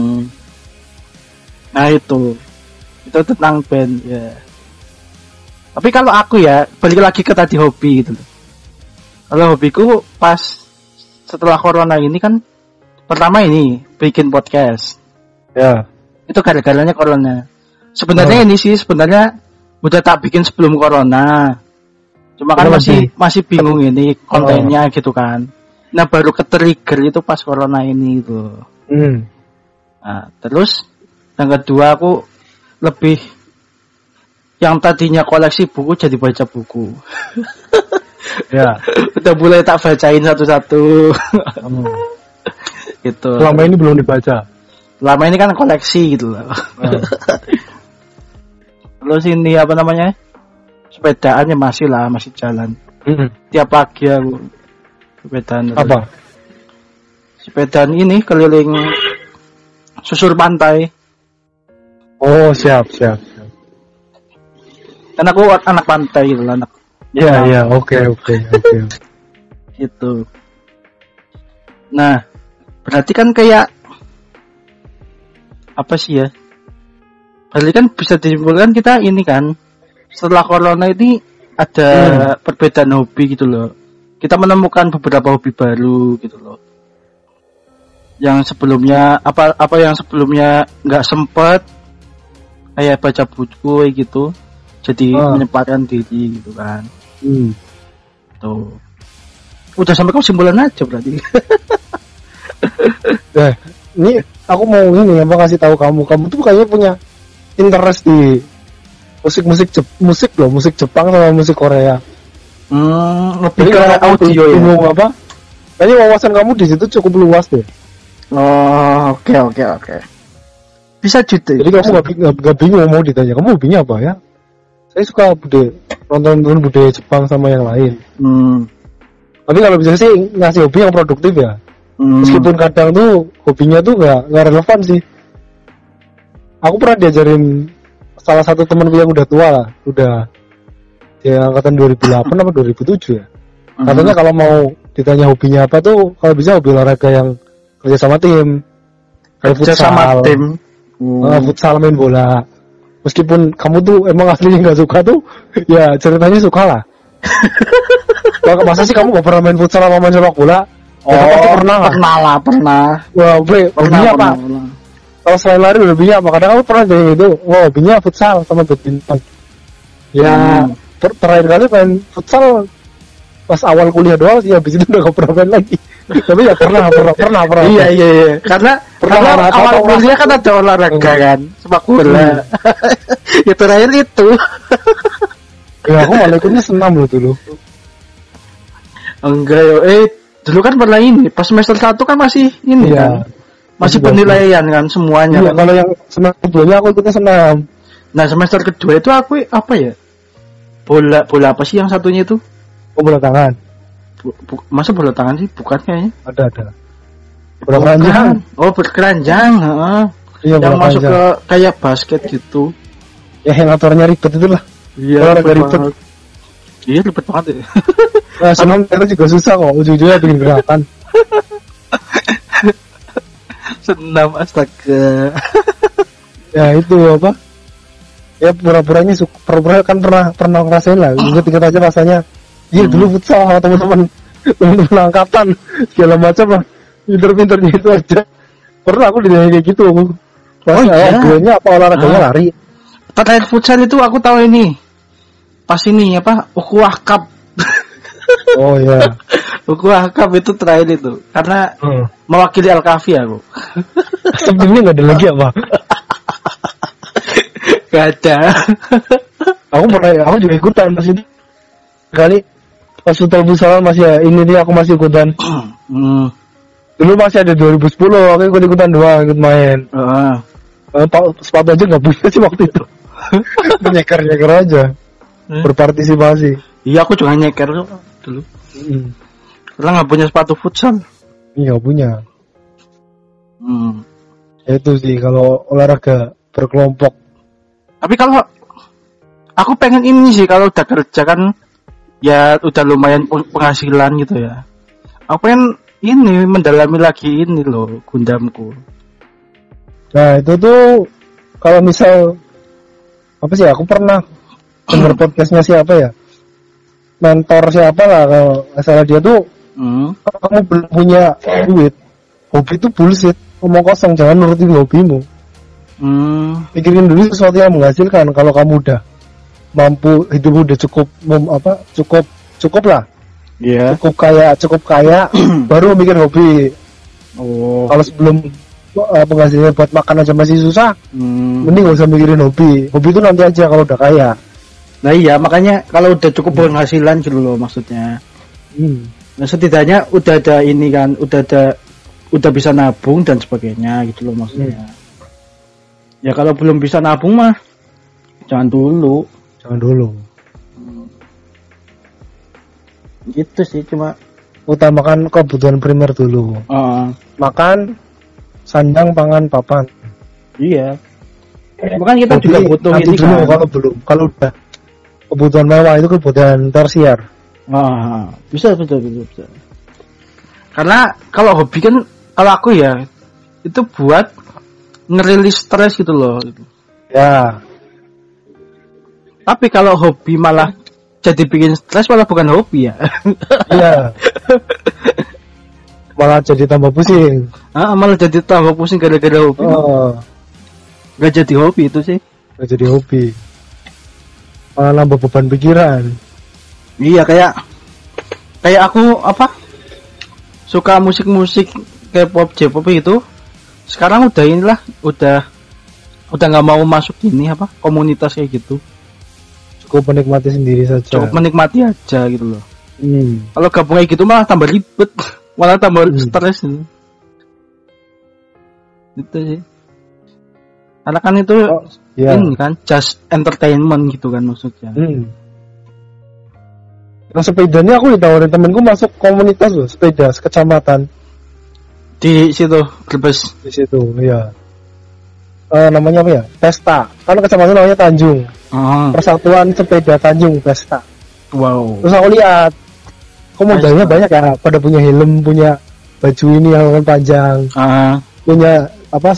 Nah itu tentang band ya. Tapi kalau aku ya balik lagi ke tadi hobi gitu loh. Kalau hobiku pas setelah corona ini kan pertama ini bikin podcast. Ya. Itu gara-garanya corona. Sebenarnya ini sih sebenarnya udah tak bikin sebelum corona. Cuma kan masih bingung ini kontennya gitu kan. Nah baru ke-trigger itu pas corona ini itu. Nah, terus yang kedua aku lebih yang tadinya koleksi buku jadi baca buku. Ya. Udah mulai tak bacain satu-satu. Gitu. Selama ini belum dibaca. Selama ini kan koleksi gitu loh. Terus ini apa namanya? Sepedaannya masih jalan. Tiap pagi aku sepedaan. Apa? Sepedaan ini keliling susur pantai. Oh, siap. Kan aku anak pantai gitu lah, anak. Iya, oke. Gitu. Nah, berarti kan kayak apa sih ya? Berarti kan bisa disimpulkan kita ini kan setelah corona ini ada perbedaan hobi gitu loh. Kita menemukan beberapa hobi baru gitu loh. Yang sebelumnya apa yang sebelumnya nggak sempet kayak baca buku gitu, jadi menyempatkan diri gitu kan. Tuh. Udah sampai kesimpulan aja berarti. Ini aku mau kasih tahu kamu tuh kayaknya punya interest di musik Jepang sama musik Korea. Lebih ke audio ya. Apa? Kayaknya wawasan kamu di situ cukup luas deh. Oh, oke. Bisa juga. Jadi kamu nggak bingung mau ditanya kamu hobinya apa ya? Saya suka nonton budaya Jepang sama yang lain. Tapi kalau bisa sih ngasih hobi yang produktif ya. Meskipun kadang tuh hobinya tuh nggak relevan sih. Aku pernah diajarin salah satu temanku yang udah tua lah, udah dia angkatan 2008 apa 2007 ya. Katanya kalau mau ditanya hobinya apa tuh kalau bisa hobi olahraga yang kerja sama tim, kayak futsal, futsal main bola. Meskipun kamu tuh emang aslinya nggak suka tuh, ya ceritanya suka lah. Masa sih kamu gak pernah main futsal sama main sepak bola? Pernah. Wah, hobinya apa? Kalau selain lari hobinya apa? Kadang aku pernah jadi gitu. Hobinya futsal sama badminton. Ya, terakhir kali main futsal pas awal kuliah doang sih, habis itu udah gak pernah main lagi. Tapi ya pernah. Iya. Karena awal kuliah kan ada olahraga kan, sepak bola. Ya terakhir itu. Ya aku malah ikutnya senam loh dulu. Enggak yo, dulu kan pernah ini, pas semester 1 kan masih ini kan. Masih penilaian kan semuanya. Iya, kan? kalau yang semester keduanya aku ikutnya senam. Nah, semester kedua itu aku apa ya? Bola apa sih yang satunya itu? Oh, bola tangan. Masa bola tangan sih? Bukan kayaknya. Ada. Bola keranjang. Oh, berkeranjang, heeh. Iya, yang masuk ke kayak basket gitu. Ya, yang aturannya ribet itulah. Iya, ribet. Iya, ribet banget ya. Nah, senam itu juga susah kok, ujung-ujungnya bikin gerakan. Senam, astaga. Ya, itu apa? Ya, pura-pura kan pernah ngerasain lah. Ingat aja rasanya. Iya, dulu futsal sama teman-teman angkatan segala macam lah. Pinter-pinternya itu aja. Pernah aku ditanya kayak gitu. Pas gue apa olahraganya lari. Terkait futsal itu aku tahu ini. Pas ini apa? Ukhuwah Cup. Oh iya. Ukhuwah Cup itu terakhir itu. Karena mewakili Al-Kafi aku. Sebelumnya enggak ada lagi apa? Gak ada. Aku juga ikutan pas itu. Kali pas futsal masih ya, ini dia aku masih ikutan. Dulu masih ada 2010, aku ikut-ikutan doang, ikut main. Sepatu aja nggak punya sih waktu itu. Nyeker aja. Berpartisipasi. Iya, aku juga nyeker dulu. Karena nggak punya sepatu futsal. Iya, punya. Itu sih kalau olahraga berkelompok. Tapi kalau aku pengen ini sih, kalau udah kerja kan ya udah lumayan penghasilan gitu ya. Aku pengen ini mendalami lagi ini loh Gundamku. Nah itu tuh kalau misal apa sih, aku pernah dengar podcastnya siapa ya, mentor siapa lah kalau salah dia tuh, kamu belum punya duit, hobi itu bullshit, ngomong kosong, jangan nurutin hobimu. Pikirin dulu sesuatu yang menghasilkan. Kalau kamu udah mampu, hidup udah cukup lah. Yeah. Cukup kaya baru mikir hobi. Kalau sebelum penghasilan buat makan aja masih susah, mending gak usah mikirin hobi. Hobi itu nanti aja kalau udah kaya. Nah iya, makanya kalau udah cukup penghasilan gitu loh maksudnya. Nah setidaknya udah ada ini kan, udah bisa nabung dan sebagainya gitu loh maksudnya. Ya kalau belum bisa nabung mah jangan dulu. Gitu sih, cuma utamakan kebutuhan primer dulu. Makan, sandang, pangan, papan. Iya. Bukan kita juga butuh ini dulu, kan. Kalau udah kebutuhan mewah itu kebutuhan tersier. Bisa. Karena kalau hobi kan, kalau aku ya itu buat ngerilis stres gitu loh. Ya. Tapi kalau hobi malah jadi bikin stres, malah bukan hobi ya. Iya. Malah jadi tambah pusing. Malah jadi tambah pusing gara-gara hobi. Gak jadi hobi itu sih. Gak jadi hobi. Malah nambah beban pikiran. Iya, kayak aku suka musik K-pop, J-pop itu. Sekarang udah nggak mau masuk ini komunitas kayak gitu. Cukup menikmati sendiri saja. Cukup menikmati aja gitu loh. Kalau gabung kayak gitu malah tambah ribet, malah tambah stres. Itu sih. Karena kan itu ini kan just entertainment gitu kan maksudnya. Nah sepedanya aku ditawarin temenku masuk komunitas loh, sepeda sekecamatan. Di situ Brebes. Di situ, iya. Namanya apa ya? Pesta. Kan kecamatan namanya Tanjung. Persatuan Sepeda Tanjung Pesta. Wow. Terus aku lihat, kok modalnya banyak ya. Pada punya helm, punya baju ini yang lengan panjang, punya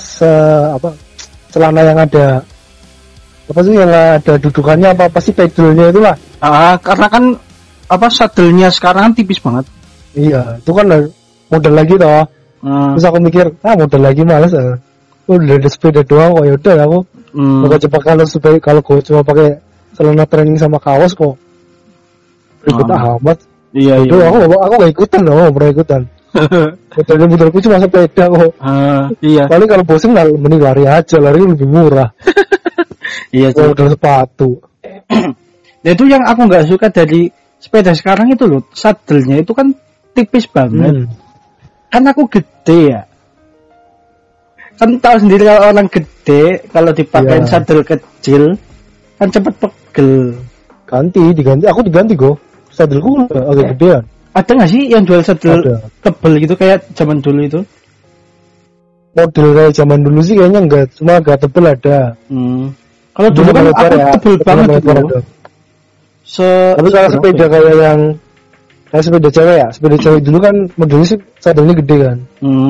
celana yang ada yang ada dudukannya apa sih, pedalnya itulah. Karena kan sadelnya sekarang tipis banget. Iya, itu kan modal lagi toh. Terus aku mikir, modal lagi males. Udah ada sepeda doang kok, yaudah aku mau coba kalau gue cuma pakai celana training sama kaos kok ribet amat. Iya. Aku gak ikutan loh, pernah ikutan. Modalku cuma sepeda kok. Iya. Paling kalau bosen mending lari aja, lari lebih murah. Iya. Modal sepatu. Nah itu yang aku nggak suka dari sepeda sekarang itu loh, sadelnya itu kan tipis banget. Kan aku gede ya. Kan tahu sendiri kalau orang gede kalau dipakein Iya. sadel kecil kan cepet pegel. Diganti. Aku diganti kok. Sadelku agak gedean. Ada nggak sih yang jual sadel Ada. tebel gitu kayak zaman dulu itu? Model kayak zaman dulu sih kayaknya enggak, cuma agak tebel ada. Kalau dulu kan Lebar aku ya, tebel banget gitu. lebar ada. Tapi kalau sepeda kayak yang kayak sepeda cewek ya, sepeda cewek dulu kan modelnya sih sadelnya gede kan.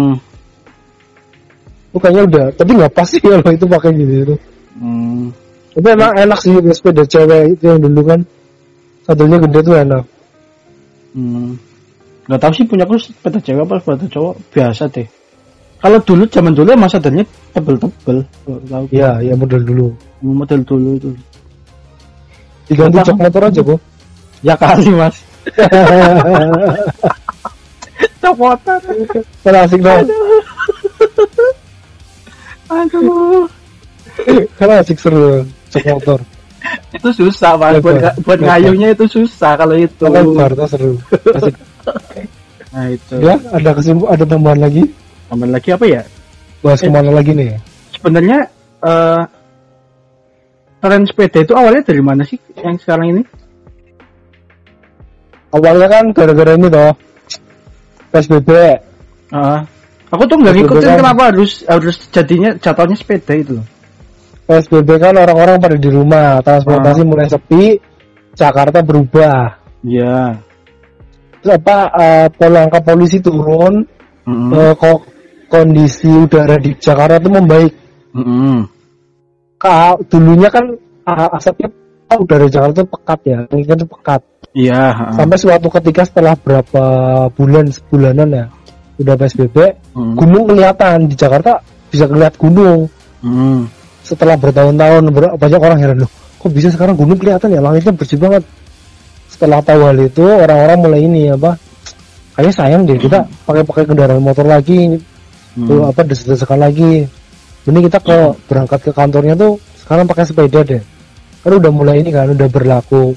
Itu kayaknya udah, tapi nggak pas sih kalau itu pakai gitu. Tapi emang enak sih sepeda cewek itu yang dulu kan sadelnya gede tuh enak. Nggak tahu sih punya aku sepeda cewek apa sepeda cowok biasa deh. Kalau dulu zaman dulu emang sadelnya tebel-tebel. Iya, ya model dulu. Model dulu itu. Diganti jok motor aja kok. Ya kali mas. Jok motor. Kan asik dong. Aduh. Kan asik seru jok motor. Itu susah mas. Buat ngayuhnya itu susah kalau itu. Lebar tuh seru. Asik. Nah itu. Ya, ada tambahan lagi. Tambahan lagi apa ya? Bahas kemana lagi nih? Sebenarnya tren sepeda itu awalnya dari mana sih yang sekarang ini? Awalnya kan gara-gara ini toh PSBB. Aku tuh nggak ngikutin kan, kenapa harus jatuhnya sepeda itu. PSBB kan orang-orang pada di rumah, transportasi mulai sepi, Jakarta berubah. Iya. Terus langkah polisi turun, kok kondisi udara di Jakarta tuh membaik. Dulunya kan asapnya udara Jakarta tuh pekat ya, ini kan tuh pekat. Iya. Sampai suatu ketika setelah berapa sebulanan ya, udah PSBB, gunung kelihatan di Jakarta, bisa kelihatan gunung. Setelah bertahun-tahun banyak orang heran loh, kok bisa sekarang gunung kelihatan ya, langitnya bersih banget. Setelah tahu hal itu, orang-orang mulai ini kayaknya sayang deh kita pakai kendaraan motor lagi, des-desakan lagi. Ini kita berangkat ke kantornya tuh sekarang pakai sepeda deh. Kan udah mulai ini kan, udah berlaku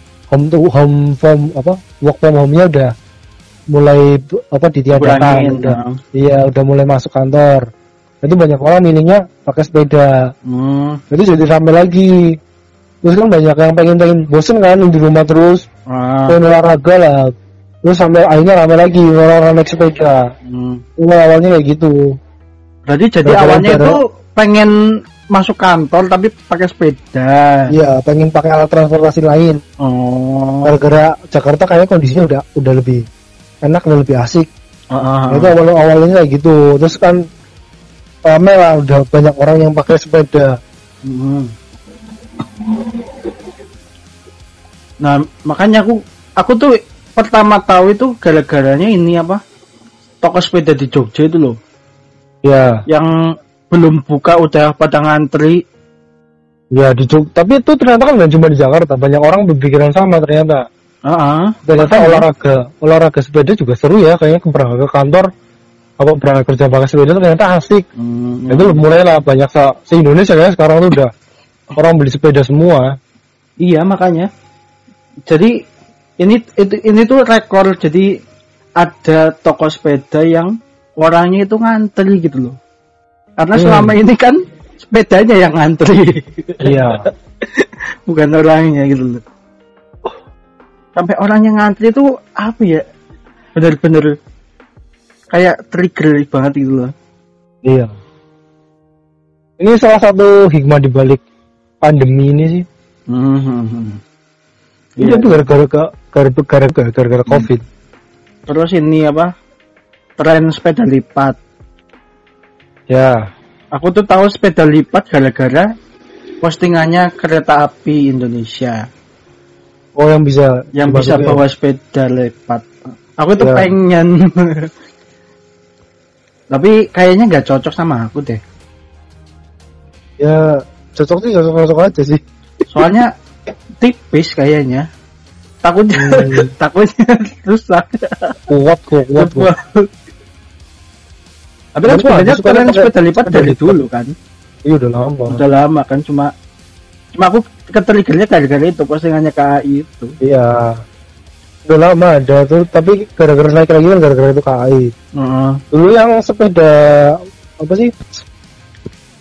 work from home-nya udah mulai ditiadakan. Udah mulai masuk kantor. Itu banyak orang milihnya pakai sepeda. Itu jadi rame lagi. Terus kan banyak yang pengen bosen kan di rumah terus, pengen olahraga lah. Terus sampai akhirnya rame lagi orang-orang naik sepeda. Awalnya kayak gitu. Berarti jadi awalnya itu pengen masuk kantor tapi pakai sepeda. Iya, pengen pakai alat transportasi lain. Gara-gara Jakarta kayaknya kondisinya udah lebih enak dan lebih asik. Itu awalnya kayak gitu. Terus kan rame lah, udah banyak orang yang pakai sepeda. Nah makanya aku tuh pertama tahu itu gara-garanya ini toko sepeda di Jogja itu loh ya, yang belum buka udah pada ngantri ya di Jogja. Tapi itu ternyata kan nggak cuma di Jakarta, banyak orang berpikiran sama ternyata. Ternyata olahraga sepeda juga seru ya, kayaknya berangkat ke kantor berangkat kerja pakai sepeda ternyata asik. Itu mulailah banyak se-Indonesia ya sekarang tuh udah orang beli sepeda semua. Iya makanya. Jadi ini tuh rekor. Jadi ada toko sepeda yang orangnya itu ngantri gitu loh. Karena selama ini kan sepedanya yang ngantri. Iya. Bukan orangnya gitu loh. Sampai orang yang ngantri itu apa ya? Bener-bener kayak trigger banget gitu loh. Iya. Ini salah satu hikmah dibalik pandemi ini sih. Itu gara-gara COVID. Terus ini tren sepeda lipat. Ya. Aku tuh tahu sepeda lipat gara-gara postingannya kereta api Indonesia. Oh, yang bisa bawa sepeda lipat. Aku tuh pengen. Tapi kayaknya nggak cocok sama aku deh. Ya cocok aja sih. Soalnya tipis kayaknya. Takutnya rusak. Kuat. Tapi kan sebenarnya tren sepeda lipat dari dulu kan. Iya udah lama kan, cuma aku ketriggernya gara-gara itu postingannya KAI itu. Iya. Udah lama ada tuh, tapi gara-gara naik lagi kan gara-gara itu KAI. Dulu yang sepeda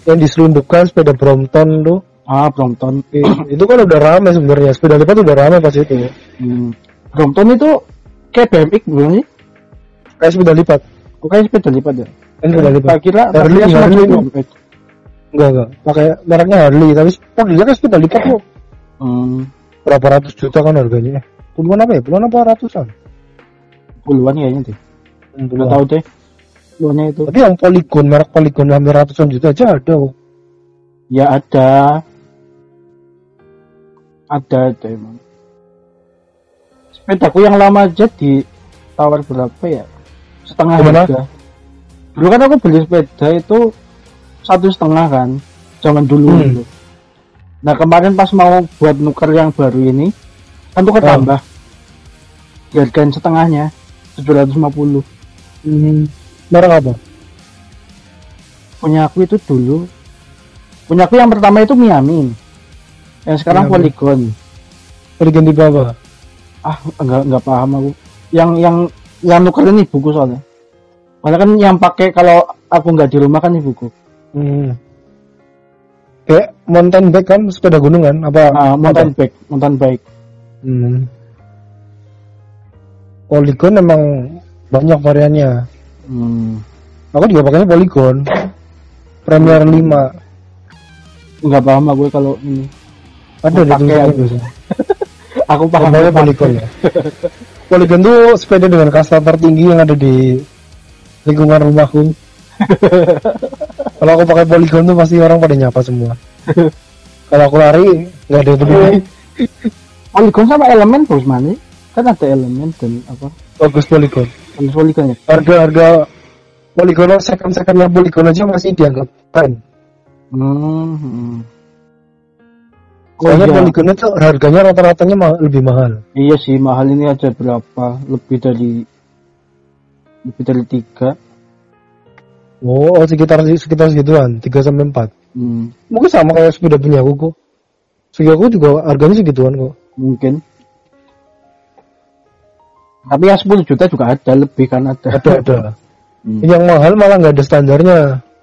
yang diselundupkan sepeda Brompton tuh. Brompton. Itu kan udah rame sebenarnya, sepeda lipat udah rame pas itu. Brompton itu kayak BMX bukan sih? Kayak sepeda lipat. Kayak sepeda lipat ya? Sepeda lipat. Kira Harley BMX. Enggak. Pakai mereknya Harley, tapi modelnya kan sepeda lipat kok. Berapa ratus juta kan harganya? Puluhan apa ya? Puluhan apa ratusan? Puluhan kayaknya deh. Enggak tahu deh. Puluhannya itu. Tapi yang Polygon, merek Polygon hampir ratusan juta aja ada kok. Ya ada. Ada emang. Sepedaku yang lama aja di tawar berapa ya? Setengah harga. Dulu kan aku beli sepeda itu 1,5 kan, zaman dulu gitu. Nah kemarin pas mau buat nuker yang baru ini, kan tuh ketambah. Dihargain setengahnya 750. Merek apa? Punya aku itu dulu. Punya aku yang pertama itu Miamin. Yang sekarang Polygon. Polygon di bawah. Enggak paham aku. Yang nuker ini buku soalnya. Malah kan yang pakai kalau aku nggak di rumah kan ibuku. Kayak mountain bike kan, sepeda gunung kan? Mountain bike. Polygon emang banyak variannya. Aku juga pakainya Polygon. Premier 5. Enggak paham aku kalau ini. Ada di tulisannya. Aku paham Polygon ya. Polygon tuh sepeda dengan kasta tertinggi yang ada di lingkungan rumahku. Kalau aku pakai Polygon tuh pasti orang pada nyapa semua. Kalau aku lari nggak ada yang peduli. Polygon sama elemen bos mana? Kan ada elemen dan apa? Bagus Polygon. Polygon ya. Harga Polygon second-secondnya Polygon aja masih dianggap keren. Soalnya Polygon itu harganya rata-ratanya lebih mahal. Iya sih, mahal ini aja berapa? Lebih dari 3. Oh, sekitar segituan, 3 sampai 4. Mungkin sama kayak sepeda punya aku kok. Sepeda aku juga harganya segituan kok. Mungkin. Tapi yang 10 juta juga ada, lebih kan ada. Ada. Yang mahal malah nggak ada standarnya.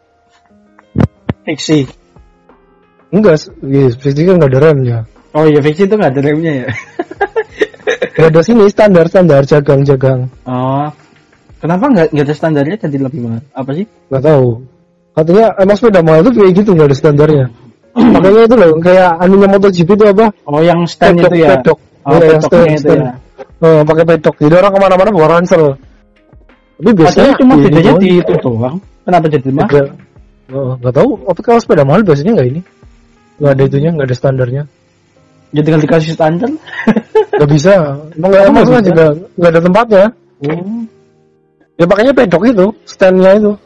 Fiksi. Enggak, fiksi kan nggak ada remnya. Oh iya, fiksi itu nggak ada remnya ya. Nggak ada sini standar jagang. Oh. Kenapa nggak ada standarnya jadi lebih mahal? Apa sih? Nggak tahu. Katanya emang sepeda mahal itu kayak gitu, nggak ada standarnya. Makanya itu loh, kayak anunya MotoGP itu apa? Oh yang stand pedok, itu ya? Pedok. Oh ya, pedoknya itu ya? Pakai pedok. Jadi orang kemana-mana bawa ransel. Tapi biasanya cuma bedanya di itu doang. Kenapa jadi mahal? Nggak tahu. Tapi kalau sepeda mahal biasanya nggak ini. Nggak ada itunya, nggak ada standarnya. Ya tinggal dikasih standar. Nggak bisa. Emang juga nggak ada tempatnya. Ya makanya pedok itu, standnya itu.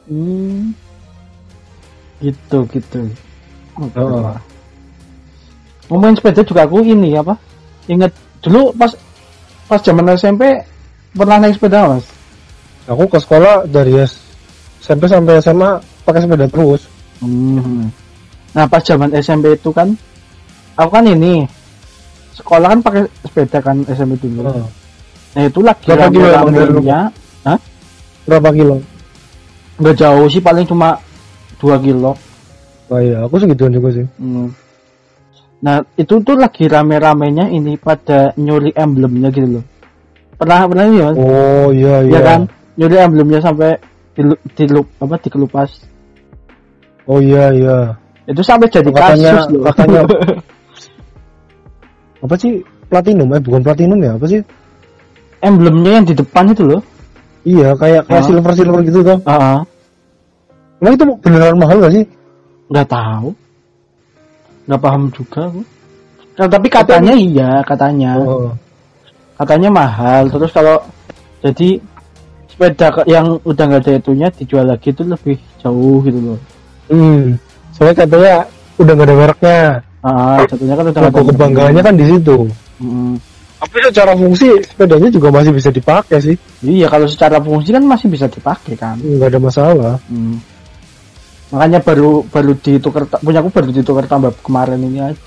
Gitu. Ngomongin sepeda juga aku ini apa? Ingat dulu pas zaman SMP pernah naik sepeda mas. Aku ke sekolah dari SMP sampai SMA pakai sepeda terus. Nah pas zaman SMP itu kan, aku kan ini sekolah kan pakai sepeda kan SMP dulu. Nah itu lagi rame-ramenya. Hah? Berapa kilo? Nggak jauh sih, paling cuma 2 kilo. Oh iya, aku segituan juga sih. Nah itu tuh lagi rame-ramenya ini pada nyuri emblemnya gitu loh. Pernah ini ya? Oh iya. Ya kan, nyuri emblemnya sampai dikelupas. Oh iya. Itu sampai jadi kasus loh. Katanya apa sih? Platinum? Bukan platinum ya? Apa sih? Emblemnya yang di depan itu loh. Iya, kayak silver gitu tuh. Emang itu beneran mahal gak sih? Nggak tahu. Nggak paham juga aku. Nah, tapi katanya iya, katanya. Katanya mahal. Terus kalau jadi sepeda yang udah nggak ada itunya dijual lagi itu lebih jauh gitu loh. Soalnya katanya udah nggak ada mereknya. Satunya kan udah nggak ada. Kebanggaannya kan di situ. Tapi secara fungsi sepedanya juga masih bisa dipakai sih. Iya, kalau secara fungsi kan masih bisa dipakai kan. Nggak ada masalah. Makanya baru ditukar, punyaku baru ditukar tambah kemarin ini aja.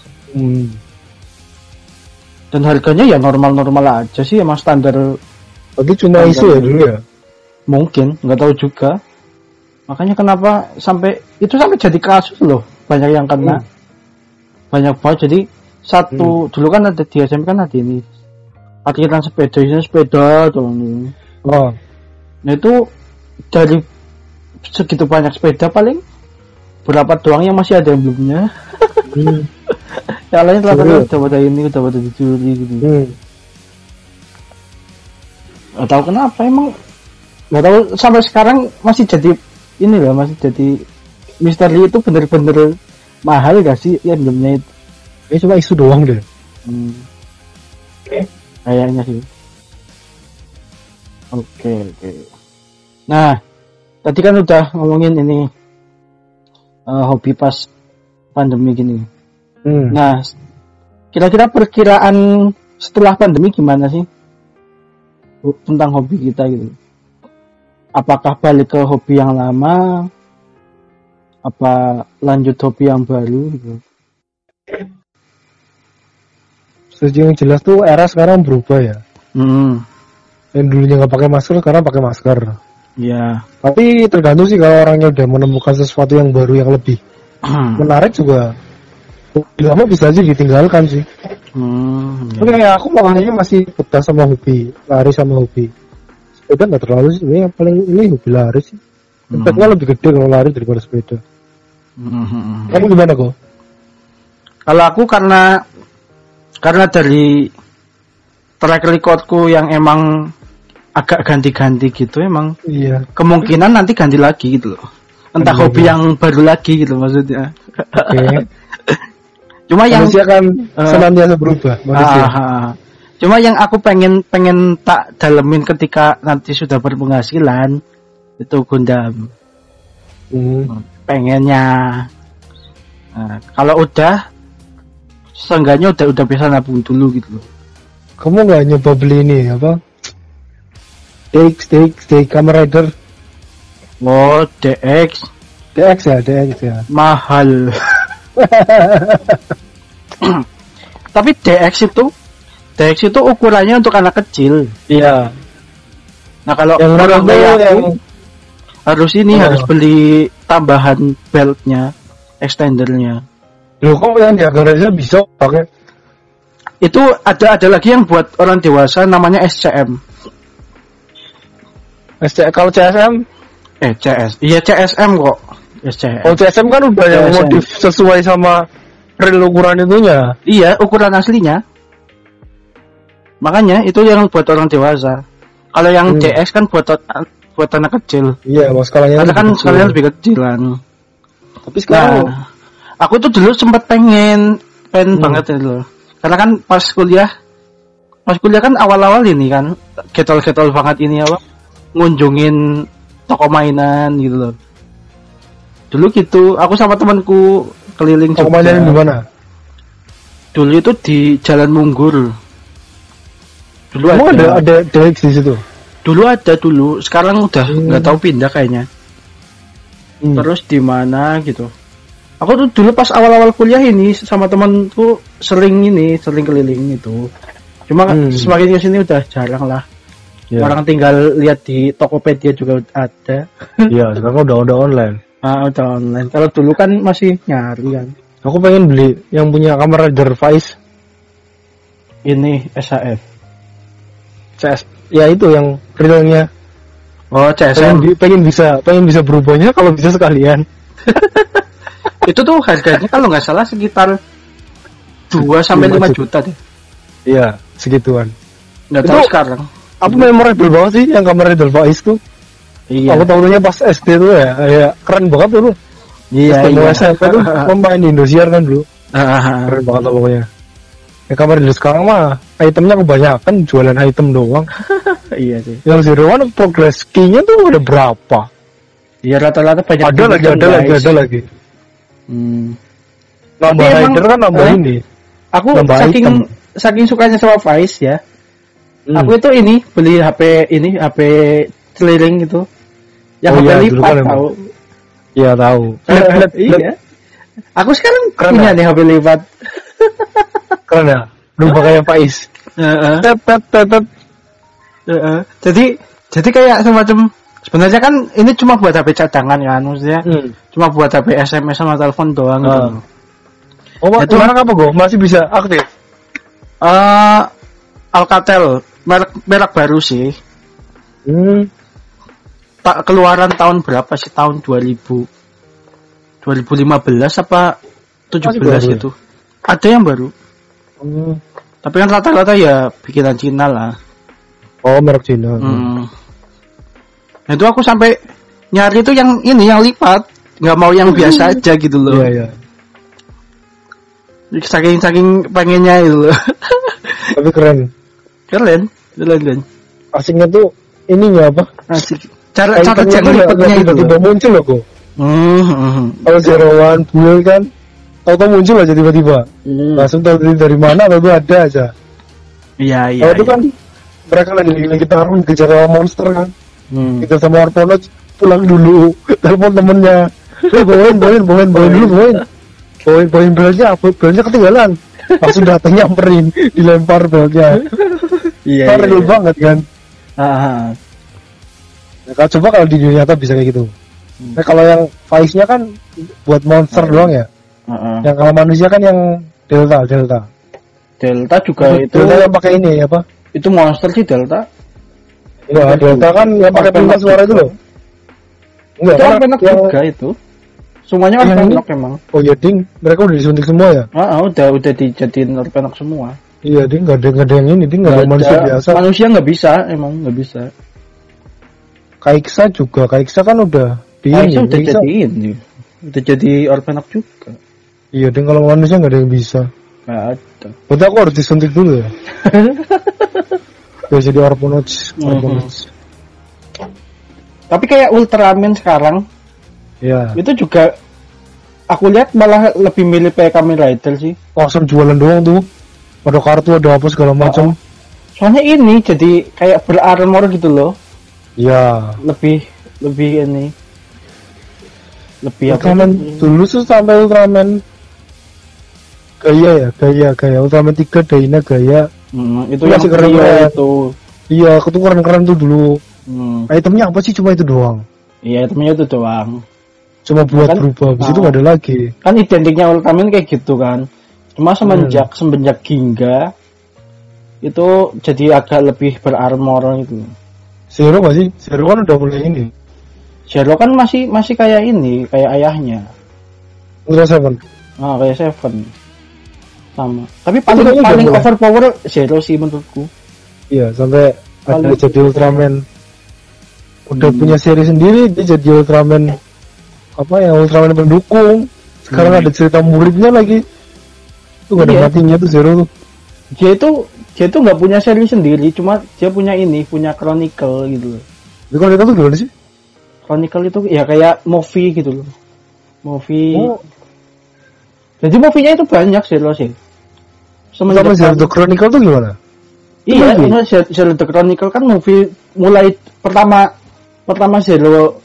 Dan harganya ya normal-normal aja sih, emang standar. Tapi cuma isu ya dulu ya? Mungkin, nggak tahu juga. Makanya kenapa sampai jadi kasus loh, banyak yang kena. Banyak banget. Jadi dulu kan ada di SMP kan ada ini parkiran sepeda tuh. Oh. Nah itu dari segitu banyak sepeda paling berapa doang yang masih ada emblemnya. Yang lain udah pada dicuri gitu. Gak tahu kenapa emang, gak tahu sampai sekarang masih jadi ini loh, masih jadi misteri itu bener-bener mahal gak sih ya emblemnya itu? Ini cuma isu doang deh. Kayaknya sih. Oke. Nah, tadi kan udah ngomongin ini hobi pas pandemi gini. Nah, kira-kira perkiraan setelah pandemi gimana sih tentang hobi kita gitu? Apakah balik ke hobi yang lama? Apa lanjut hobi yang baru gitu? Yang jelas tuh era sekarang berubah ya. Yang dulunya nggak pakai masker, sekarang pakai masker. Iya. Tapi tergantung sih, kalau orangnya udah menemukan sesuatu yang baru yang lebih menarik juga, lama bisa aja ditinggalkan sih. Tapi kayak aku makanya masih betah sama hobi lari sama hobi sepeda. Nggak terlalu sih, yang paling ini hobi lari sih. Impactnya lebih gede kalau lari daripada sepeda. Kamu gimana kok? Kalau aku karena dari track recordku yang emang agak ganti-ganti gitu, emang kemungkinan nanti ganti lagi gitu loh. Entah hobi yang baru lagi gitu maksudnya. Cuma manusia yang kan senantiasa berubah manusia. Cuma yang aku pengen tak dalemin ketika nanti sudah berpenghasilan itu Gundam. Pengennya. Nah, kalau udah seenggaknya udah bisa nabung dulu gitu loh. Kamu nggak nyoba beli ini apa? DX Kamen Rider. Oh, DX ya. Mahal. Tapi DX itu ukurannya untuk anak kecil. Iya. Nah kalau orang kayak aku harus beli tambahan beltnya, extendernya. Loh, kok yang di garasinya bisa pakai? Itu ada lagi yang buat orang dewasa namanya SCM. Kalau CSM? CS. Iya CSM kok. SCM. Kalau CSM kan udah yang modif sesuai sama real ukuran itunya. Iya, ukuran aslinya. Makanya itu yang buat orang dewasa. Kalau yang CS kan buat anak kecil. Iya, skalanya lebih kecilan. Tapi sekarang aku tuh dulu sempat pengen banget itu. Karena kan pas kuliah kan awal-awal ini kan getol-getol banget ini apa? Ngunjungin toko mainan gitu loh. Dulu gitu, aku sama temanku keliling Jogja. Toko mainan di mana? Dulu itu di Jalan Munggur. Dulu ada DX di situ. Dulu, sekarang udah nggak tahu pindah kayaknya. Terus di mana gitu. Aku tuh dulu pas awal-awal kuliah ini sama temanku sering keliling itu. Cuma semakin kesini udah jarang lah. Orang tinggal lihat di Tokopedia juga ada. Iya, sekarang udah online. Udah online. Kalau dulu kan masih nyari kan. Aku pengen beli yang punya Kamen Rider Faiz. Ini SHF. CS. Ya itu yang realnya. Oh, CSM. Pengen bisa berubahnya kalau bisa sekalian. Itu tuh harganya kalau nggak salah sekitar 2 sampai 5 juta deh. Iya, segituan. Nggak tahu sekarang. Apa memorable banget sih yang Kamen Rider Faiz tuh? Iya. Aku tahunya pas SD tuh ya keren banget tuh. Iya. SMP tuh pemain di Indosiar kan dulu. Keren banget lah pokoknya. Kamen Rider sekarang mah itemnya kebanyakan jualan item doang. Iya sih. Yang Zero One progress key-nya tuh ada berapa? Iya rata-rata banyak. Ada lagi. Nambah rider kan nambah ini. Aku saking sukanya sama Faiz ya. Aku itu beli HP keliling itu. Yang HP lipat kan tahu. Iya tahu. Iya. Aku sekarang punya nih HP lipat. Keren ya. Lupa kayak Faiz. Jadi kayak semacam Sebenarnya kan ini cuma buat HP cadangan kan, maksudnya cuma buat HP SMS sama telepon doang gitu. Oh, itu sekarang apa Go? Masih bisa aktif? Alcatel, merek baru sih. Keluaran tahun berapa sih? Tahun 2015 apa 17 gitu. Ada yang baru. Tapi kan rata-rata ya bikinan Cina lah. Oh, merek Cina. Nah, itu aku sampai nyari itu yang ini yang lipat, nggak mau yang biasa aja gitu loh. Iya. Saking pengennya itu loh. Tapi keren. Asiknya tuh ininya apa? Asik. Cara lipatnya itu tiba-tiba muncul loh kok. Kalau Zero-One buil kan, tahu-tahu muncul aja tiba-tiba. Langsung tahu dari mana, tahu ada aja. Iya. Kalau itu kan mereka lagi tarung kejar monster kan. Kita sama Arpono pulang dulu, telepon temennya. Bawain belnya ketinggalan. Langsung datang nyamperin, dilempar belnya. Iya. Real banget kan. Nah, coba kalau di dunia nyata bisa kayak gitu. Nah, kalau yang Vice-nya kan buat monster doang ya. Yang kalau manusia kan yang Delta juga itu. Delta yang pakai ini apa? Itu monster sih Delta. Iya, Delta kan yang pakai pentas suara itu loh. Enggak, kan penak juga itu. Semuanya kan penak emang. Oh iya, Ding. Mereka udah disuntik semua ya? Udah dijadiin penak semua. Iya, Ding, enggak ada yang ini, Ding, enggak ada manusia biasa. Manusia enggak bisa, emang enggak bisa. Kaiksa juga, Kaiksa kan udah udah jadi orpenak juga. Iya, Ding, kalau manusia enggak ada yang bisa. Enggak ada. Berarti aku harus disuntik dulu ya? Biar jadi Arponauts. Tapi kayak Ultraman sekarang, ya itu juga aku lihat malah lebih milih pakai Kamen Rider sih. Langsung jualan doang tuh, ada kartu, ada apa segala macam. Soalnya ini jadi kayak berarmor gitu loh. Iya. Lebih ini. Lebih Ultraman dulu tuh sampai Ultraman Gaya. Ultraman 3 Daina Gaya. Itu yang keren itu. Iya, itu keren tuh dulu. Itemnya apa sih? Cuma itu doang. Iya, itemnya itu doang. Cuma buat kan, berubah, habis itu gak ada lagi. Kan identiknya Ultraman kayak gitu kan. Cuma semenjak Ginga itu jadi agak lebih berarmor gitu. Zero gak sih? Zero kan udah mulai ini. Zero kan masih kayak ini, kayak ayahnya. Ultra Seven. Kayak Seven. Sama. Tapi paling overpower Zero sih menurutku. Iya, sampai ada jadi Ultraman. Udah punya seri sendiri, dia jadi Ultraman Ultraman pendukung. Sekarang ada cerita muridnya lagi. Tuh gak ada matinya tuh Zero tuh. Dia itu nggak punya seri sendiri, cuma dia punya Chronicle gitu loh. Jadi Chronicle tuh gimana sih? Chronicle itu ya kayak movie gitu loh. Jadi movie-nya itu banyak Zero sih. Sama Zero The Chronicle tuh gimana? Iya, Zero The Chronicle kan movie mulai pertama Zero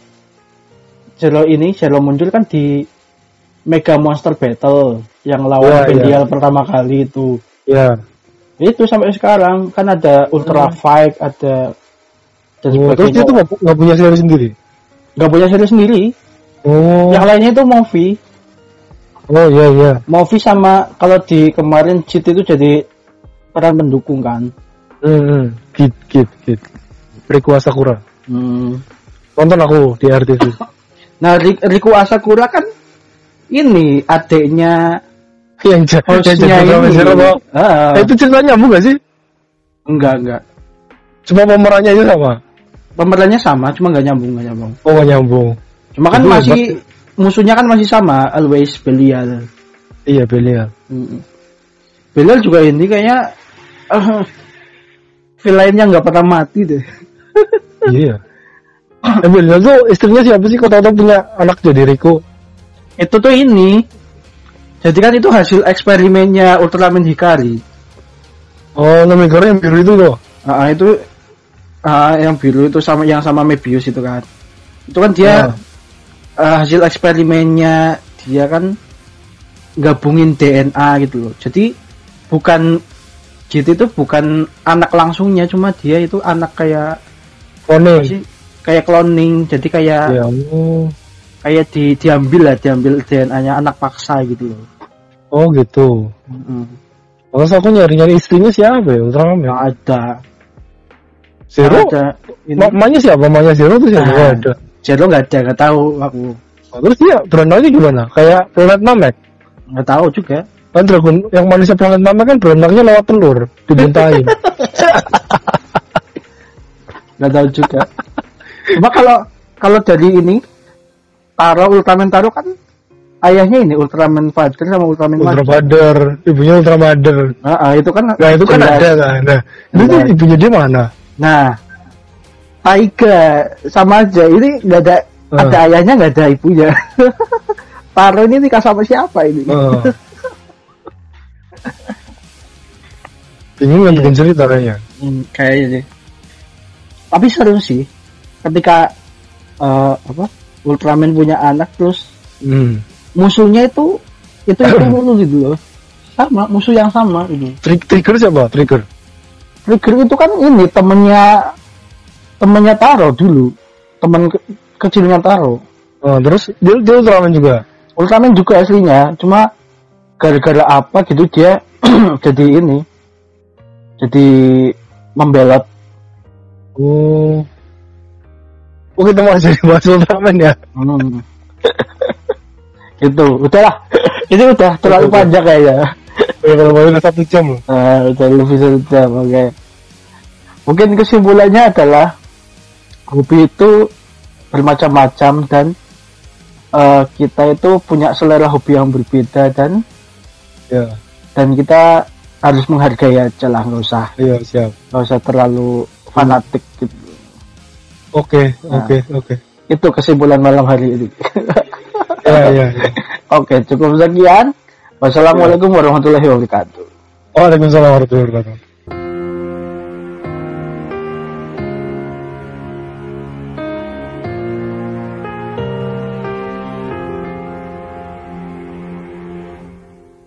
muncul kan di Mega Monster Battle yang lawan Belial pertama kali itu. Iya. Itu sampai sekarang kan ada Ultra Fight, ada terus dia tuh nggak punya seri sendiri? Nggak punya seri sendiri. Yang lainnya itu movie. Oh iya. Movie sama kalau di kemarin Cheat itu jadi peran pendukung kan. Kid. Riku Asakura. Nonton aku di RTV. Nah, Riku Asakura kan ini adiknya yang hostnya ini. Itu ceritanya nyambung gak sih? Enggak. Cuma pemerannya itu sama? Pemerannya sama, cuma gak nyambung. Oh, gak nyambung. Cuma kan masih musuhnya kan masih sama, Always Belial. Iya, Belial. Belial juga ini kayaknya villainnya gak pernah mati deh. Iya. Belial tuh istrinya siapa sih? Kau tahu punya anak jadi Riku? Itu tuh ini. Jadi kan itu hasil eksperimennya Ultraman Hikari. Oh, nama Hikari yang biru itu loh. Itu yang biru itu sama Mebius itu kan. Itu kan dia hasil eksperimennya dia kan gabungin DNA gitu loh. Jadi GT itu bukan anak langsungnya, cuma dia itu anak kayak clone. kayak cloning, jadi kayak Ya, kayak diambil DNA-nya anak paksa gitu loh. oh gitu. Terus aku nyari istrinya siapa ya? Ultraman Nggak ada. Zero? Ada. Mamanya siapa? Mamanya Zero tuh siapa? Nggak ada. Zero nggak ada, nggak tahu aku. Terus dia berenangnya gimana? Kayak Planet Namek? Nggak tahu juga. Kan dragon yang manusia Planet Namek kan berenangnya lewat telur, dibuntahin. Nggak tahu juga. Cuma kalau dari ini Ultraman Taro kan ayahnya ini Ultraman Father sama Ultraman Father, ibunya Ultramader. Itu kan. Nah itu kan ada kan. Nah itu tuh ibunya dia mana? Nah Taiga sama aja. Ini nggak ada ada ayahnya nggak ada ibunya. Taro ini nikah sama siapa ini? Bingung kan bikin cerita kayaknya. Kayaknya sih. Tapi seru sih ketika Ultraman punya anak terus musuhnya itu mulu gitu loh. Sama musuh yang sama itu. Trigger siapa? Trigger itu kan ini temennya Taro dulu. Temen kecilnya Taro. Terus dia Ultraman juga. Ultraman juga aslinya, cuma gara-gara apa gitu dia jadi membelot. Kita mau jadi bahas Ultraman ya. Gitu, udahlah. Ini udah terlalu panjang kayaknya. Kalau mau 1 jam loh. Udah lebih 1 jam, oke. Mungkin kesimpulannya adalah hobi itu bermacam-macam dan kita itu punya selera hobi yang berbeda dan kita harus menghargai aja lah, nggak usah terlalu fanatik gitu. Oke. Itu kesimpulan malam hari ini. Ya. Oke, cukup sekian. Wassalamualaikum warahmatullahi wabarakatuh. Waalaikumsalam warahmatullahi wabarakatuh.